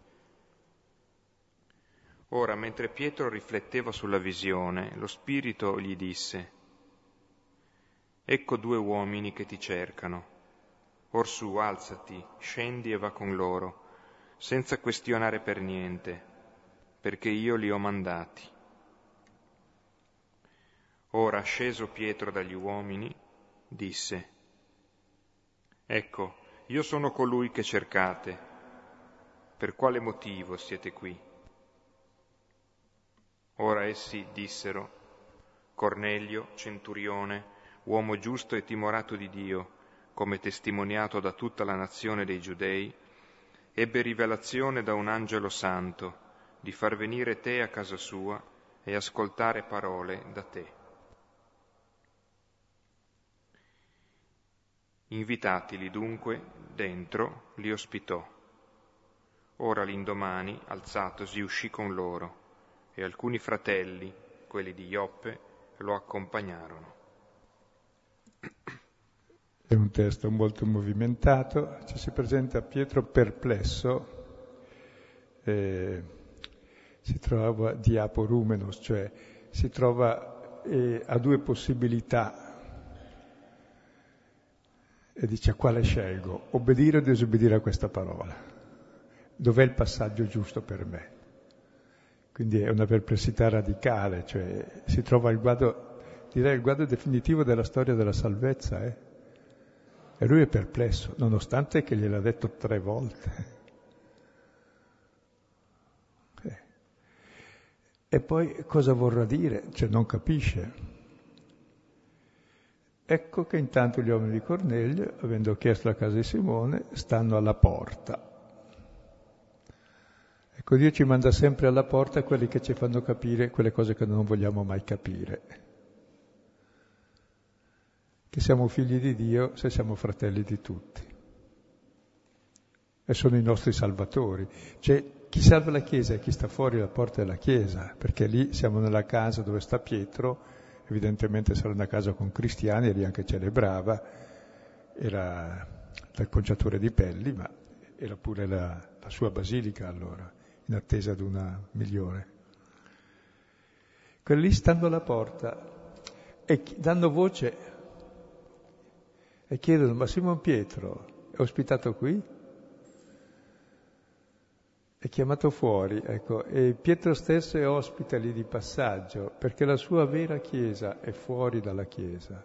Speaker 1: Ora, mentre Pietro rifletteva sulla visione, lo Spirito gli disse: ecco 2 uomini che ti cercano. Orsù, alzati, scendi e va con loro, senza questionare per niente, perché io li ho mandati. Ora, sceso Pietro dagli uomini, disse: Ecco, io sono colui che cercate. Per quale motivo siete qui? Ora essi dissero: Cornelio, centurione, uomo giusto e timorato di Dio, come testimoniato da tutta la nazione dei Giudei, ebbe rivelazione da un angelo santo di far venire te a casa sua e ascoltare parole da te. Invitatili dunque dentro, li ospitò. Ora l'indomani, alzatosi, uscì con loro, e alcuni fratelli, quelli di Ioppe, lo accompagnarono.
Speaker 2: È un testo molto movimentato, ci si presenta Pietro perplesso, si trova diaporumenos, cioè si trova a 2 possibilità e dice: quale scelgo? Obbedire o disobbedire a questa parola? Dov'è il passaggio giusto per me? Quindi è una perplessità radicale, cioè si trova il guado, direi il guado definitivo della storia della salvezza, E lui è perplesso, nonostante che gliel'ha detto 3 volte. E poi cosa vorrà dire? Cioè non capisce. Ecco che intanto gli uomini di Cornelio, avendo chiesto la casa di Simone, stanno alla porta. Ecco, Dio ci manda sempre alla porta quelli che ci fanno capire quelle cose che non vogliamo mai capire. Che siamo figli di Dio se siamo fratelli di tutti. E sono i nostri salvatori. Cioè, chi salva la Chiesa è chi sta fuori dalla porta della Chiesa, perché lì siamo nella casa dove sta Pietro, evidentemente sarà una casa con cristiani, e lì anche celebrava, era dal conciatore di pelli, ma era pure la sua basilica allora, in attesa di una migliore. Quelli lì stanno alla porta e danno voce e chiedono: ma Simon Pietro è ospitato qui? È chiamato fuori, ecco, e Pietro stesso è ospite lì di passaggio, perché la sua vera Chiesa è fuori dalla Chiesa,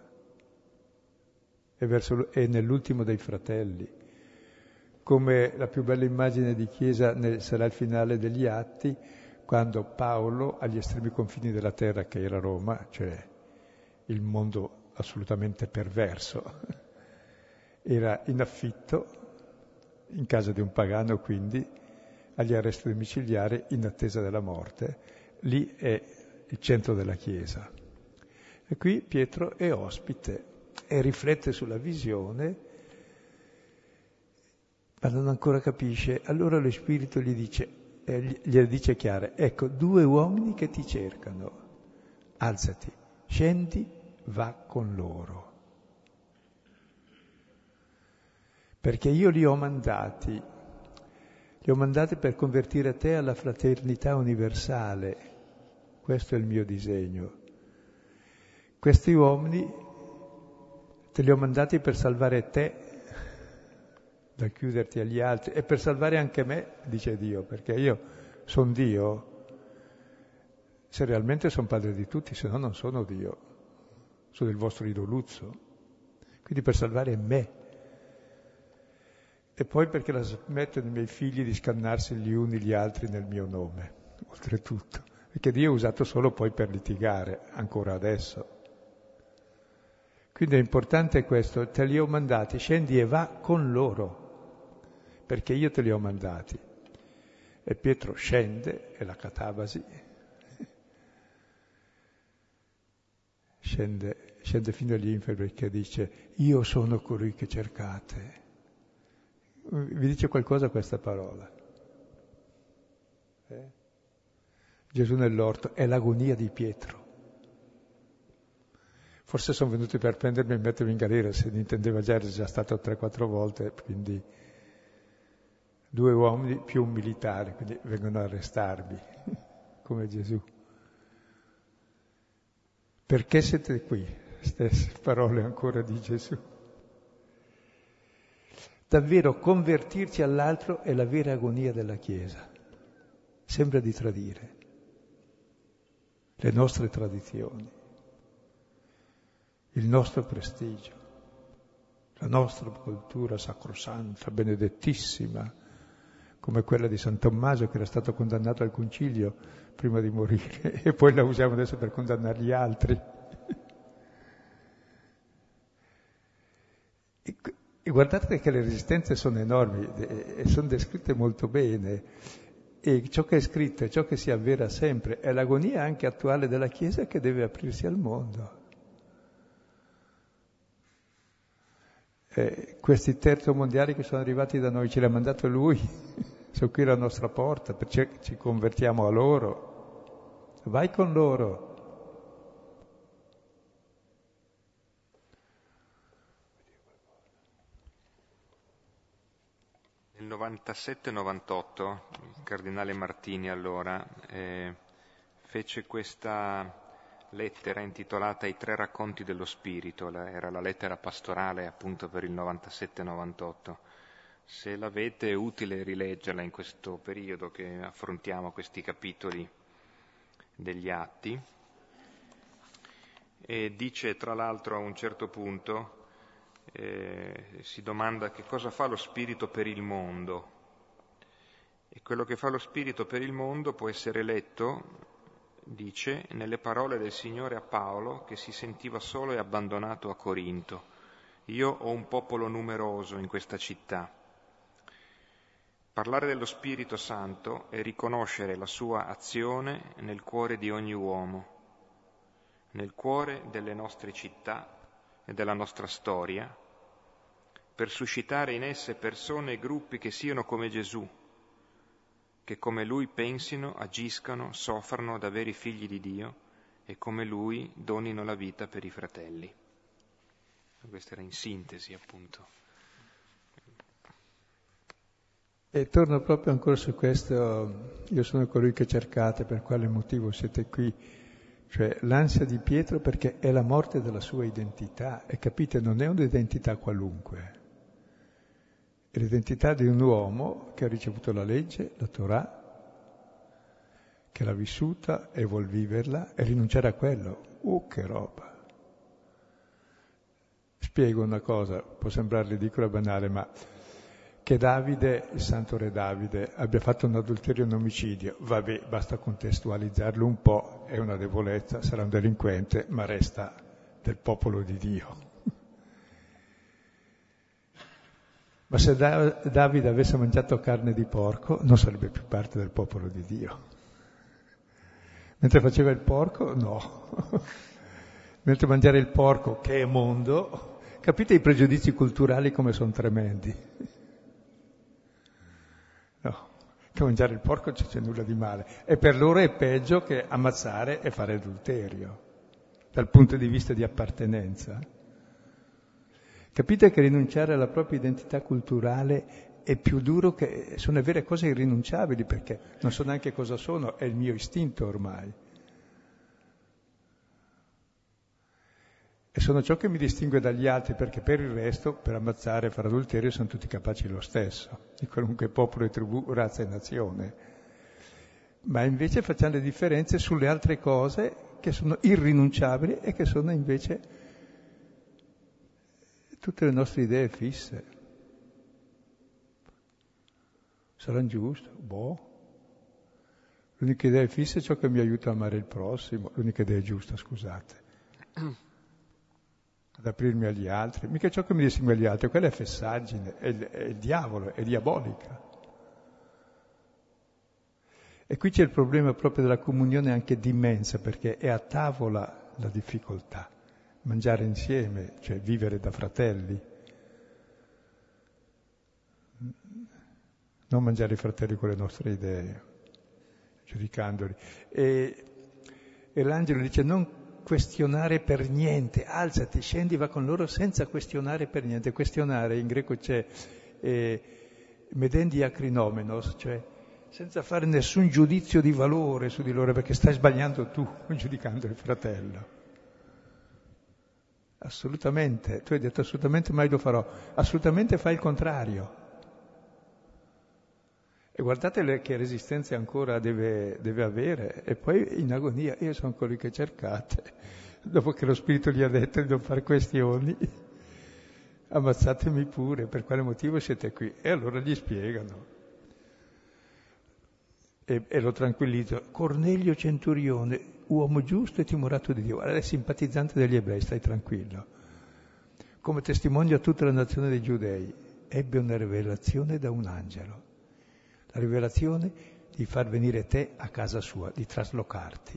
Speaker 2: è nell'ultimo dei fratelli. Come la più bella immagine di Chiesa sarà il finale degli Atti, quando Paolo, agli estremi confini della terra, che era Roma, cioè il mondo assolutamente perverso, era in affitto, in casa di un pagano quindi, agli arresti domiciliari in attesa della morte. Lì è il centro della Chiesa. E qui Pietro è ospite e riflette sulla visione, ma non ancora capisce. Allora lo Spirito gli dice chiaro: ecco, 2 uomini che ti cercano. Alzati, scendi, va con loro. Perché io li ho mandati per convertire te alla fraternità universale. Questo è il mio disegno. Questi uomini te li ho mandati per salvare te dal chiuderti agli altri e per salvare anche me, dice Dio, perché io sono Dio, se realmente sono padre di tutti, se no non sono Dio, sono il vostro idoluzzo. Quindi per salvare me. E poi perché la smettono i miei figli di scannarsi gli uni gli altri nel mio nome, oltretutto, perché Dio è usato solo poi per litigare, ancora adesso. Quindi è importante questo: te li ho mandati, scendi e va con loro, perché io te li ho mandati. E Pietro scende, è la catabasi, scende fino agli inferi, perché dice: io sono colui che cercate. Vi dice qualcosa questa parola? Gesù nell'orto, è l'agonia di Pietro. Forse sono venuti per prendermi e mettermi in galera, se ne intendeva già, era già stato 3-4 volte, quindi 2 uomini più un militare, quindi vengono a arrestarmi, come Gesù. Perché siete qui? stesse parole ancora di Gesù. Davvero convertirci all'altro è la vera agonia della Chiesa. Sembra di tradire le nostre tradizioni, il nostro prestigio, la nostra cultura sacrosanta, benedettissima, come quella di San Tommaso che era stato condannato al concilio prima di morire e poi la usiamo adesso per condannare gli altri. E guardate che le resistenze sono enormi e sono descritte molto bene. E ciò che è scritto e ciò che si avvera sempre è l'agonia anche attuale della Chiesa che deve aprirsi al mondo. Questi terzomondiali che sono arrivati da noi ce li ha mandato Lui, sono qui alla nostra porta, perciò ci convertiamo a loro. Vai con loro.
Speaker 1: Nel 97-98 il cardinale Martini allora fece questa lettera intitolata I tre racconti dello spirito, era la lettera pastorale appunto per il 97-98. Se l'avete è utile rileggerla in questo periodo che affrontiamo questi capitoli degli Atti. E dice tra l'altro a un certo punto, si domanda che cosa fa lo spirito per il mondo, e quello che fa lo spirito per il mondo può essere letto, dice, nelle parole del Signore a Paolo che si sentiva solo e abbandonato a Corinto. Io ho un popolo numeroso in questa città. Parlare dello Spirito Santo è riconoscere la sua azione nel cuore di ogni uomo, nel cuore delle nostre città e della nostra storia, per suscitare in esse persone e gruppi che siano come Gesù, che come Lui pensino, agiscano, soffrano da veri figli di Dio e come Lui donino la vita per i fratelli. Questa era in sintesi, appunto.
Speaker 2: E torno proprio ancora su questo, io sono colui che cercate, per quale motivo siete qui? Cioè l'ansia di Pietro perché è la morte della sua identità, e capite, non è un'identità qualunque, è l'identità di un uomo che ha ricevuto la legge, la Torah, che l'ha vissuta e vuol viverla e rinunciare a quello. Che roba! Spiego una cosa, può sembrare ridicola e banale, ma che Davide, il santo re Davide, abbia fatto un adulterio e un omicidio, vabbè, basta contestualizzarlo un po', è una debolezza, sarà un delinquente, ma resta del popolo di Dio. Ma se Davide avesse mangiato carne di porco, non sarebbe più parte del popolo di Dio. Mentre faceva il porco, no. Mentre mangiare il porco, che è mondo, capite i pregiudizi culturali come sono tremendi? No, che mangiare il porco non c'è nulla di male. E per loro è peggio che ammazzare e fare adulterio, dal punto di vista di appartenenza. Capite che rinunciare alla propria identità culturale è più duro, che sono le vere cose irrinunciabili, perché non so neanche cosa sono, è il mio istinto ormai. E sono ciò che mi distingue dagli altri, perché per il resto, per ammazzare e fare adulterio, sono tutti capaci lo stesso, di qualunque popolo e tribù, razza e nazione. Ma invece facciamo le differenze sulle altre cose che sono irrinunciabili e che sono invece tutte le nostre idee fisse. Saranno giuste? L'unica idea fissa è ciò che mi aiuta a amare il prossimo, l'unica idea giusta, scusate. Ad aprirmi agli altri, mica ciò che mi distingue agli altri, quella è fessaggine, è il diavolo, è diabolica. E qui c'è il problema proprio della comunione anche d'immensa, perché è a tavola la difficoltà. Mangiare insieme, cioè vivere da fratelli. Non mangiare i fratelli con le nostre idee, giudicandoli. E l'angelo dice non questionare per niente, alzati, scendi, va con loro senza questionare per niente. Questionare in greco c'è medendi akrinomenos, cioè senza fare nessun giudizio di valore su di loro, perché stai sbagliando tu giudicando il fratello. Assolutamente. Tu hai detto assolutamente mai lo farò. Assolutamente fai il contrario. E guardate che resistenze ancora deve avere. E poi in agonia, io sono quelli che cercate. Dopo che lo Spirito gli ha detto di non fare questioni, ammazzatemi pure, per quale motivo siete qui? E allora gli spiegano. E lo tranquillizzo. Cornelio Centurione, uomo giusto e timorato di Dio. Allora, è simpatizzante degli ebrei, stai tranquillo. Come testimonio a tutta la nazione dei giudei, ebbe una rivelazione da un angelo. La rivelazione di far venire te a casa sua, di traslocarti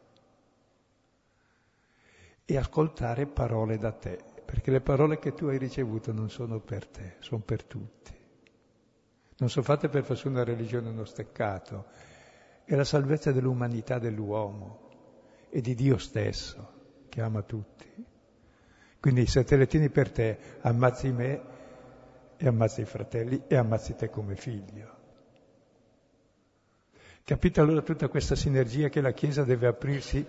Speaker 2: e ascoltare parole da te, perché le parole che tu hai ricevuto non sono per te, sono per tutti. Non sono fatte per fare su una religione uno steccato, è la salvezza dell'umanità dell'uomo e di Dio stesso, che ama tutti. Quindi se te le tieni per te, ammazzi me e ammazzi i fratelli e ammazzi te come figlio. Capite allora tutta questa sinergia che la Chiesa deve aprirsi?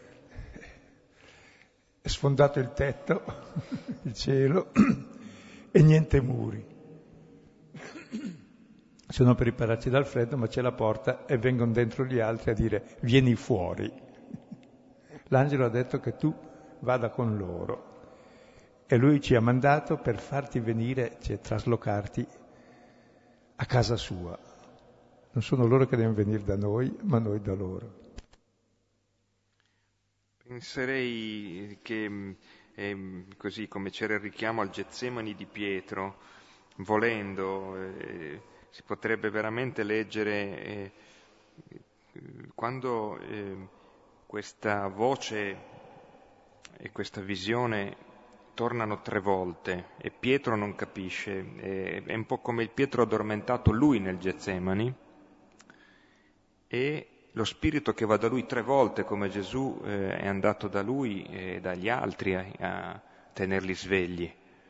Speaker 2: È sfondato il tetto, il cielo, e niente muri. Sono per ripararci dal freddo, ma c'è la porta e vengono dentro gli altri a dire vieni fuori. L'angelo ha detto che tu vada con loro. E lui ci ha mandato per farti venire, cioè traslocarti a casa sua. Non sono loro che devono venire da noi, ma noi da loro.
Speaker 1: Penserei che così come c'era il richiamo al Getsemani di Pietro, volendo, si potrebbe veramente leggere quando questa voce e questa visione tornano 3 volte e Pietro non capisce, è un po' come il Pietro addormentato lui nel Getsemani e lo Spirito che va da lui 3 volte come Gesù è andato da lui e dagli altri a tenerli svegli.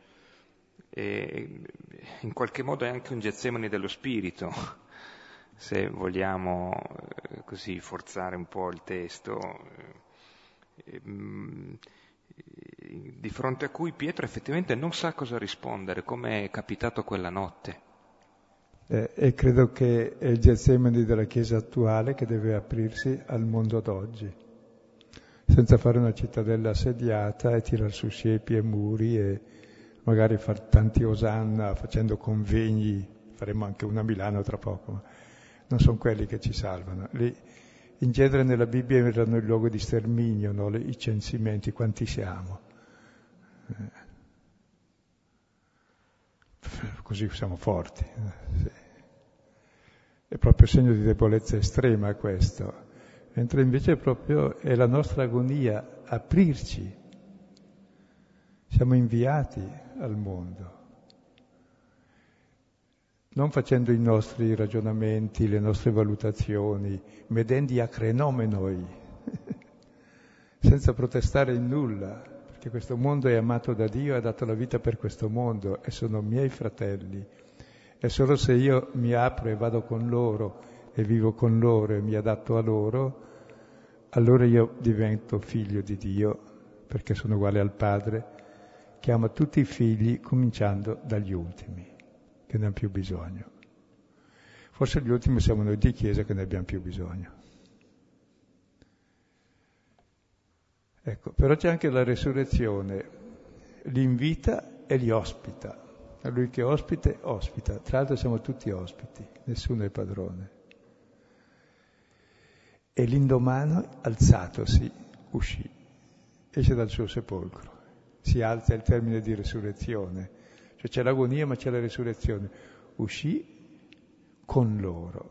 Speaker 1: E in qualche modo è anche un Getsemani dello Spirito, se vogliamo così forzare un po' il testo, di fronte a cui Pietro effettivamente non sa cosa rispondere, come è capitato quella notte.
Speaker 2: E credo che è il Getsemani della Chiesa attuale che deve aprirsi al mondo d'oggi, senza fare una cittadella assediata e tirar su siepi e muri e magari far tanti osanna facendo convegni, faremo anche una a Milano tra poco, ma non sono quelli che ci salvano. Lì, in genere nella Bibbia erano il luogo di sterminio, no? I censimenti, quanti siamo? Così siamo forti. Sì. È proprio segno di debolezza estrema questo, mentre invece è la nostra agonia aprirci. Siamo inviati al mondo, non facendo i nostri ragionamenti, le nostre valutazioni, medendi acrenomenoi, senza protestare in nulla, perché questo mondo è amato da Dio e ha dato la vita per questo mondo e sono miei fratelli. E solo se io mi apro e vado con loro e vivo con loro e mi adatto a loro, allora io divento figlio di Dio, perché sono uguale al Padre, che ama tutti i figli, cominciando dagli ultimi, che ne hanno più bisogno. Forse gli ultimi siamo noi di Chiesa che ne abbiamo più bisogno. Ecco, però c'è anche la resurrezione, li invita e li ospita. A lui che ospite, ospita. Tra l'altro siamo tutti ospiti, nessuno è padrone. E l'indomani, alzatosi, uscì, esce dal suo sepolcro. Si alza il termine di resurrezione. Cioè c'è l'agonia ma c'è la resurrezione. Uscì con loro.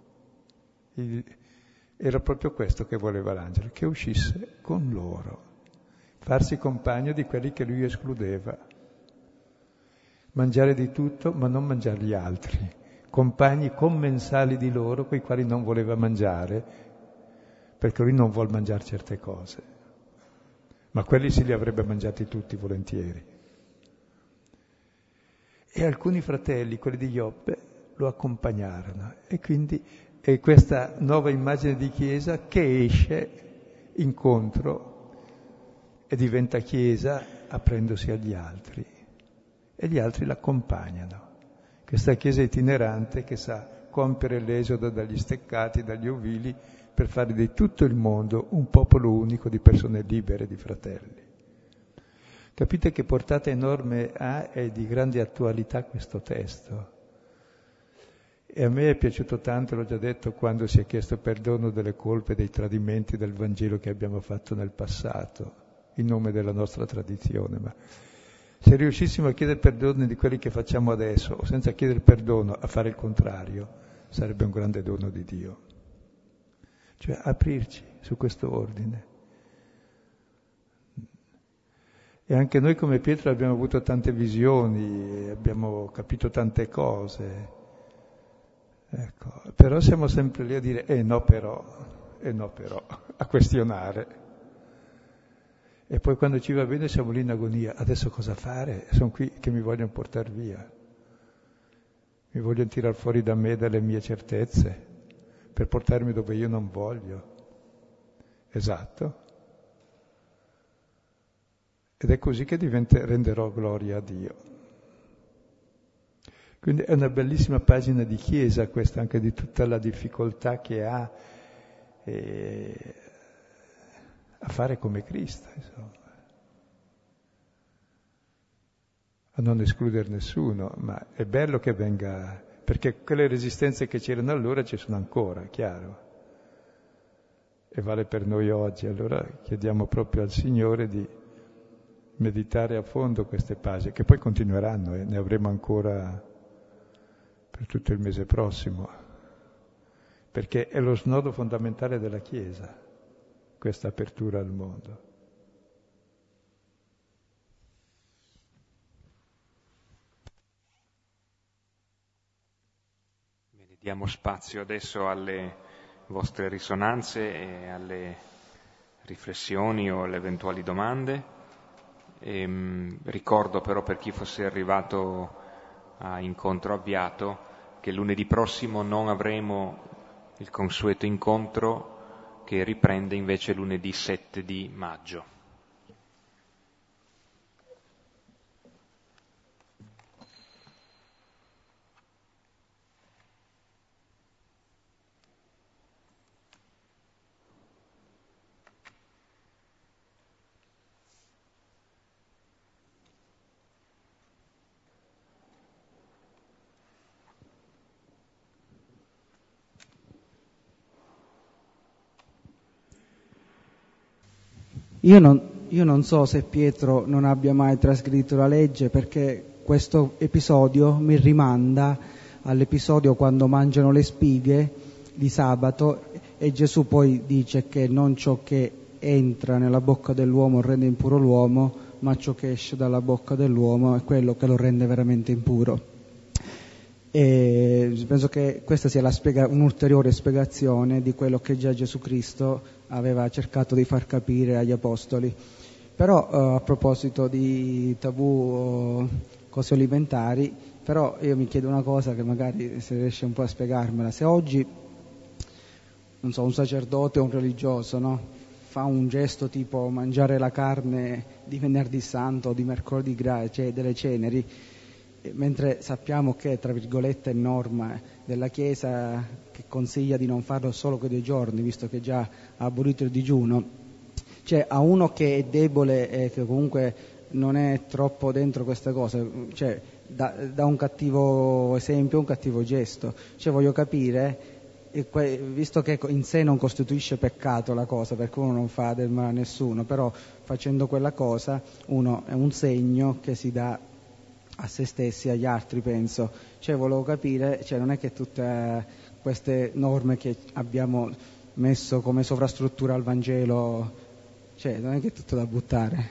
Speaker 2: Era proprio questo che voleva l'angelo, che uscisse con loro. Farsi compagno di quelli che lui escludeva. Mangiare di tutto, ma non mangiare gli altri. Compagni commensali di loro, coi quali non voleva mangiare, perché lui non vuol mangiare certe cose. Ma quelli sì li avrebbe mangiati tutti volentieri. E alcuni fratelli, quelli di Ioppe, lo accompagnarono. E quindi è questa nuova immagine di Chiesa che esce incontro e diventa Chiesa aprendosi agli altri e gli altri l'accompagnano. Questa Chiesa itinerante che sa compiere l'esodo dagli steccati, dagli ovili, per fare di tutto il mondo un popolo unico di persone libere, di fratelli. Capite che portata enorme ha e di grande attualità questo testo. E a me è piaciuto tanto, l'ho già detto, quando si è chiesto perdono delle colpe, dei tradimenti del Vangelo che abbiamo fatto nel passato, in nome della nostra tradizione. Ma se riuscissimo a chiedere perdono di quelli che facciamo adesso, o senza chiedere perdono a fare il contrario, sarebbe un grande dono di Dio. Cioè aprirci su questo ordine. E anche noi come Pietro abbiamo avuto tante visioni, abbiamo capito tante cose, ecco, però siamo sempre lì a dire no però, a questionare. E poi quando ci va bene siamo lì in agonia, adesso cosa fare? Sono qui che mi vogliono portare via, mi vogliono tirar fuori da me, dalle mie certezze, per portarmi dove io non voglio. Esatto. Ed è così che renderò gloria a Dio. Quindi è una bellissima pagina di Chiesa questa, anche di tutta la difficoltà che ha a fare come Cristo, insomma. A non escludere nessuno, ma è bello che venga, perché quelle resistenze che c'erano allora ci sono ancora, chiaro. E vale per noi oggi. Allora chiediamo proprio al Signore di meditare a fondo queste pagine, che poi continueranno e ne avremo ancora per tutto il mese prossimo, perché è lo snodo fondamentale della Chiesa, questa apertura al mondo.
Speaker 1: Bene, diamo spazio adesso alle vostre risonanze e alle riflessioni o alle eventuali domande. Ricordo però, per chi fosse arrivato a incontro avviato, che lunedì prossimo non avremo il consueto incontro, che riprende invece lunedì 7 di maggio.
Speaker 3: Io non so se Pietro non abbia mai trasgredito la legge, perché questo episodio mi rimanda all'episodio quando mangiano le spighe di sabato e Gesù poi dice che non ciò che entra nella bocca dell'uomo rende impuro l'uomo, ma ciò che esce dalla bocca dell'uomo è quello che lo rende veramente impuro. E penso che questa sia un'ulteriore spiegazione di quello che già Gesù Cristo aveva cercato di far capire agli apostoli. Però a proposito di tabù cose alimentari, però io mi chiedo una cosa, che magari se riesce un po' a spiegarmela. Se oggi, non so, un sacerdote o un religioso, no, fa un gesto tipo mangiare la carne di venerdì santo o di mercoledì cioè delle ceneri, mentre sappiamo che, tra virgolette, è norma della Chiesa che consiglia di non farlo solo quei 2 giorni, visto che già ha abolito il digiuno, cioè a uno che è debole e che comunque non è troppo dentro queste cose, cioè da un cattivo esempio, un cattivo gesto, cioè voglio capire, visto che in sé non costituisce peccato la cosa, perché uno non fa del male a nessuno, però facendo quella cosa uno è un segno che si dà a se stessi, agli altri, penso. Cioè volevo capire, cioè non è che tutte queste norme che abbiamo messo come sovrastruttura al Vangelo, cioè non è che è tutto da buttare.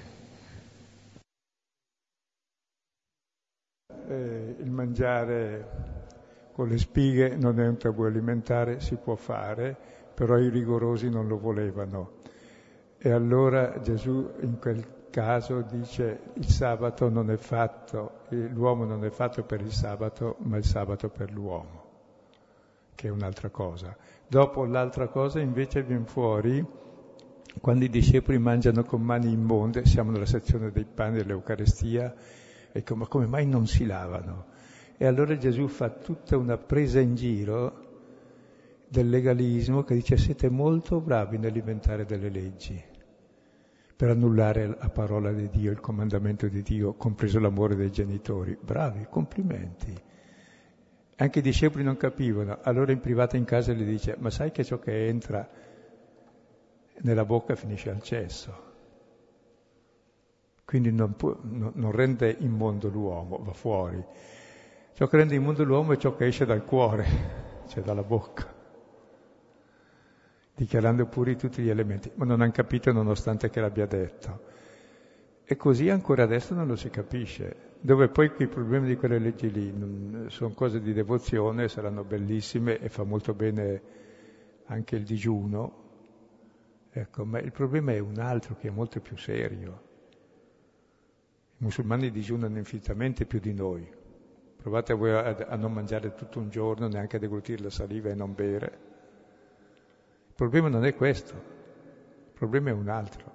Speaker 2: Il mangiare con le spighe non è un tabù alimentare, si può fare, però i rigorosi non lo volevano. E allora Gesù in quel caso dice: il sabato non è fatto, l'uomo non è fatto per il sabato, ma il sabato per l'uomo, che è un'altra cosa. Dopo l'altra cosa invece viene fuori quando i discepoli mangiano con mani immonde, siamo nella sezione dei pani dell'Eucaristia, e ma come mai non si lavano? E allora Gesù fa tutta una presa in giro del legalismo che dice siete molto bravi nell'inventare delle leggi per annullare la parola di Dio, il comandamento di Dio, compreso l'amore dei genitori. Bravi, complimenti. Anche i discepoli non capivano, allora in privato in casa gli dice ma sai che ciò che entra nella bocca finisce al cesso? Quindi non rende immondo l'uomo, va fuori. Ciò che rende immondo l'uomo è ciò che esce dal cuore, cioè dalla bocca, dichiarando puri tutti gli elementi. Ma non hanno capito nonostante che l'abbia detto. E così ancora adesso non lo si capisce. Dove poi i problemi di quelle leggi lì sono cose di devozione, saranno bellissime e fa molto bene anche il digiuno. Ecco, ma il problema è un altro che è molto più serio. I musulmani digiunano infinitamente più di noi. Provate voi a non mangiare tutto un giorno, neanche a deglutire la saliva e non bere. Il problema non è questo, il problema è un altro.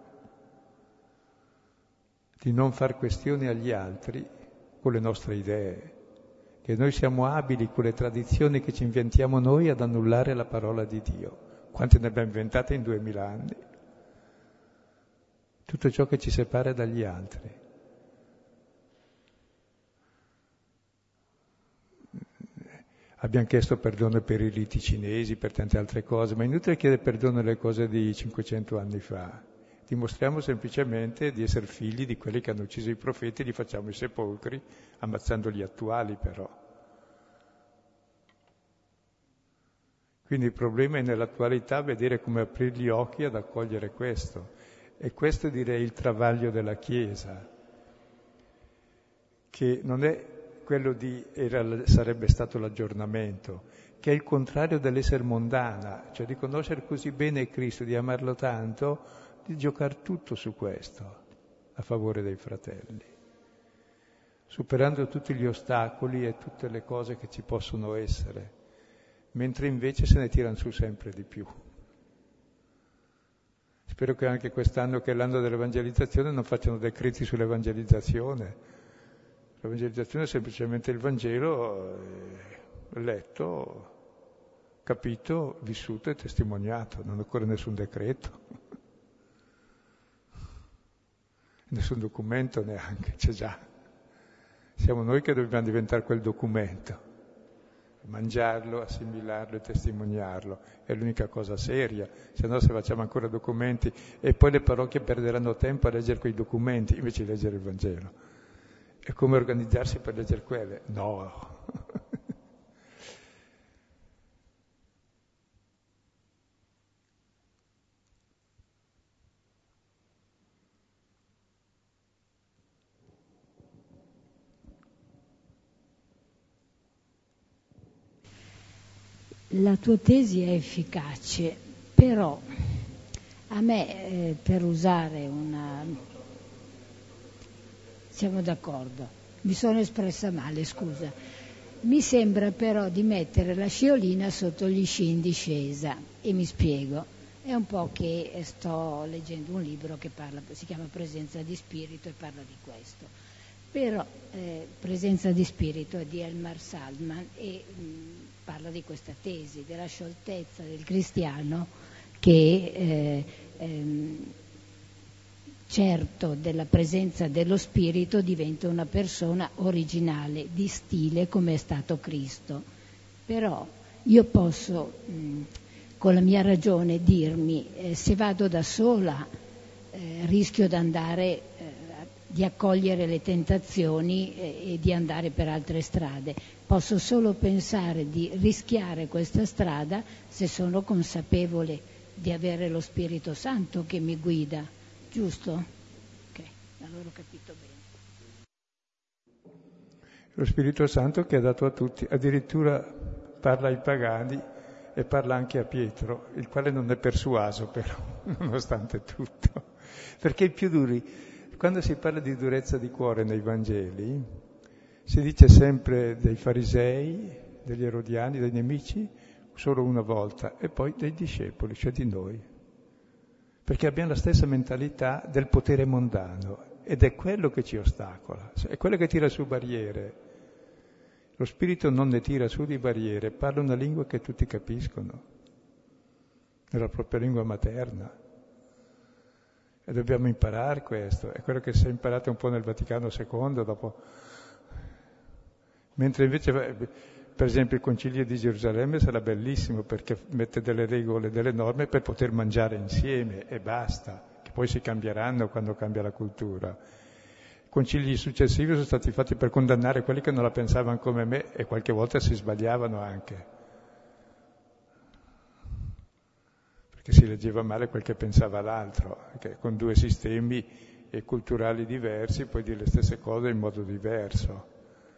Speaker 2: Di non far questioni agli altri con le nostre idee, che noi siamo abili con le tradizioni che ci inventiamo noi ad annullare la parola di Dio. Quante ne abbiamo inventate in 2000 anni? Tutto ciò che ci separa dagli altri. Abbiamo chiesto perdono per i riti cinesi, per tante altre cose, ma è inutile chiedere perdono alle cose di 500 anni fa. Dimostriamo semplicemente di essere figli di quelli che hanno ucciso i profeti e li facciamo i sepolcri, ammazzando gli attuali però. Quindi il problema è nell'attualità vedere come aprire gli occhi ad accogliere questo. E questo direi il travaglio della Chiesa, che non è quello sarebbe stato l'aggiornamento, che è il contrario dell'essere mondana, cioè di conoscere così bene Cristo, di amarlo tanto, di giocare tutto su questo, a favore dei fratelli, superando tutti gli ostacoli e tutte le cose che ci possono essere, mentre invece se ne tirano su sempre di più. Spero che anche quest'anno, che è l'anno dell'evangelizzazione, non facciano decreti sull'evangelizzazione. L'evangelizzazione è semplicemente il Vangelo letto, capito, vissuto e testimoniato, non occorre nessun decreto, nessun documento neanche, c'è già. Siamo noi che dobbiamo diventare quel documento, mangiarlo, assimilarlo e testimoniarlo, è l'unica cosa seria, se no se facciamo ancora documenti e poi le parrocchie perderanno tempo a leggere quei documenti invece di leggere il Vangelo. E come organizzarsi per leggere quelle? No.
Speaker 4: La tua tesi è efficace, però a me, per usare una... Siamo d'accordo, mi sono espressa male, scusa. Mi sembra però di mettere la sciolina sotto gli sci in discesa, e mi spiego. È un po' che sto leggendo un libro che si chiama Presenza di Spirito e parla di questo. Però Presenza di Spirito è di Elmar Salman e parla di questa tesi, della scioltezza del cristiano che certo della presenza dello Spirito diventa una persona originale, di stile come è stato Cristo. Però io posso con la mia ragione dirmi se vado da sola rischio di accogliere le tentazioni e di andare per altre strade. Posso solo pensare di rischiare questa strada se sono consapevole di avere lo Spirito Santo che mi guida. Giusto? Ok, allora ho capito bene.
Speaker 2: Lo Spirito Santo che ha dato a tutti, addirittura parla ai pagani e parla anche a Pietro, il quale non è persuaso però, nonostante tutto. Perché i più duri, quando si parla di durezza di cuore nei Vangeli, si dice sempre dei farisei, degli erodiani, dei nemici, solo una volta, e poi dei discepoli, cioè di noi. perché abbiamo la stessa mentalità del potere mondano ed è quello che ci ostacola, è quello che tira su barriere. Lo spirito non ne tira su di barriere, parla una lingua che tutti capiscono, nella propria lingua materna. E dobbiamo imparare questo, è quello che si è imparato un po' nel Vaticano II, dopo. Mentre invece, per esempio, il Concilio di Gerusalemme sarà bellissimo perché mette delle regole, delle norme per poter mangiare insieme e basta, che poi si cambieranno quando cambia la cultura. I concili successivi sono stati fatti per condannare quelli che non la pensavano come me e qualche volta si sbagliavano anche, perché si leggeva male quel che pensava l'altro, che con due sistemi culturali diversi puoi dire le stesse cose in modo diverso.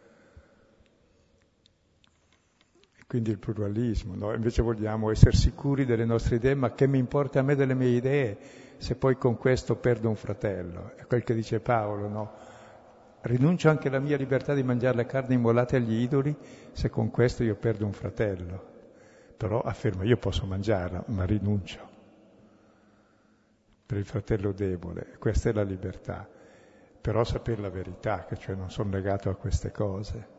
Speaker 2: Quindi il pluralismo, no? Invece vogliamo essere sicuri delle nostre idee, ma che mi importa a me delle mie idee se poi con questo perdo un fratello? È quel che dice Paolo, no? Rinuncio anche alla mia libertà di mangiare la carne immolata agli idoli se con questo io perdo un fratello. Però afferma, io posso mangiarla, ma rinuncio per il fratello debole. Questa è la libertà. Però sapere la verità, che cioè non sono legato a queste cose.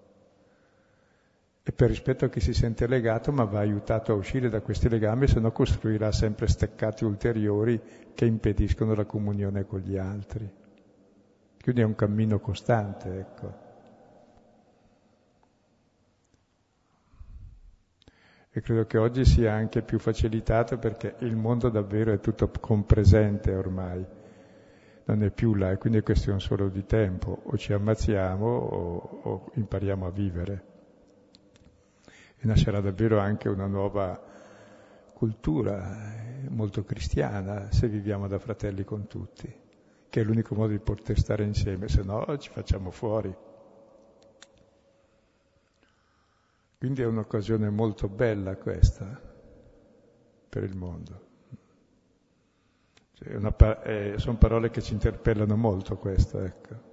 Speaker 2: E per rispetto a chi si sente legato, ma va aiutato a uscire da questi legami, se no costruirà sempre steccati ulteriori che impediscono la comunione con gli altri. Quindi è un cammino costante, ecco. E credo che oggi sia anche più facilitato perché il mondo davvero è tutto compresente ormai, non è più là, e quindi è questione solo di tempo, o ci ammazziamo o impariamo a vivere. E nascerà davvero anche una nuova cultura molto cristiana se viviamo da fratelli con tutti, che è l'unico modo di poter stare insieme, se no ci facciamo fuori. Quindi è un'occasione molto bella questa per il mondo. Sono parole che ci interpellano molto questo, ecco.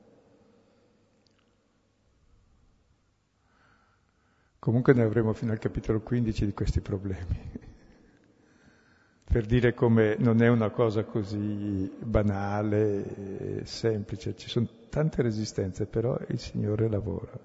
Speaker 2: Comunque ne avremo fino al capitolo 15 di questi problemi, per dire come non è una cosa così banale e semplice, ci sono tante resistenze, però il Signore lavora.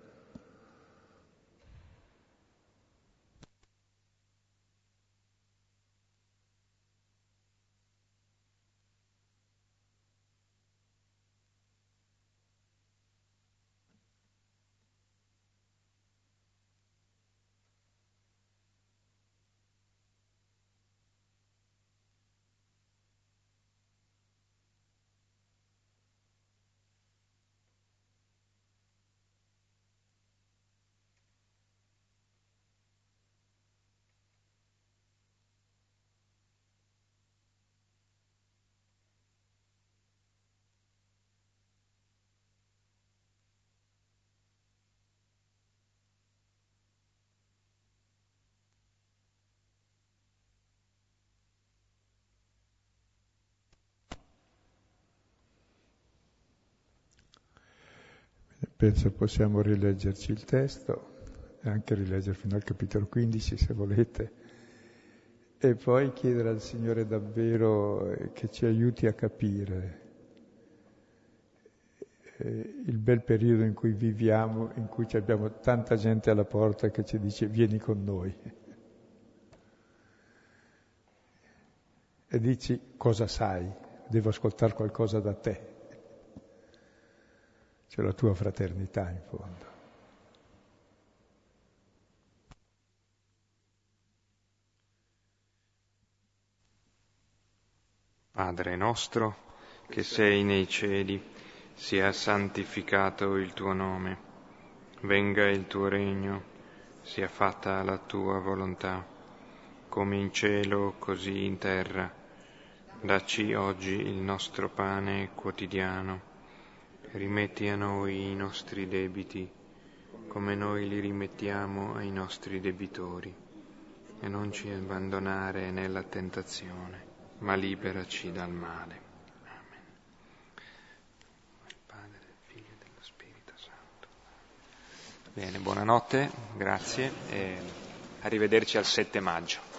Speaker 2: Penso possiamo rileggerci il testo e anche rileggere fino al capitolo 15 se volete, e poi chiedere al Signore davvero che ci aiuti a capire il bel periodo in cui viviamo, in cui abbiamo tanta gente alla porta che ci dice vieni con noi. E dici cosa sai, devo ascoltare qualcosa da te. C'è la tua fraternità in fondo.
Speaker 1: Padre nostro, che sei nei cieli, sia santificato il tuo nome. Venga il tuo regno, sia fatta la tua volontà, come in cielo, così in terra. Dacci oggi il nostro pane quotidiano. Rimetti a noi i nostri debiti, come noi li rimettiamo ai nostri debitori, e non ci abbandonare nella tentazione, ma liberaci dal male. Amen. Il Padre, del Figlio e dello Spirito Santo. Bene, buonanotte, grazie e arrivederci al 7 maggio.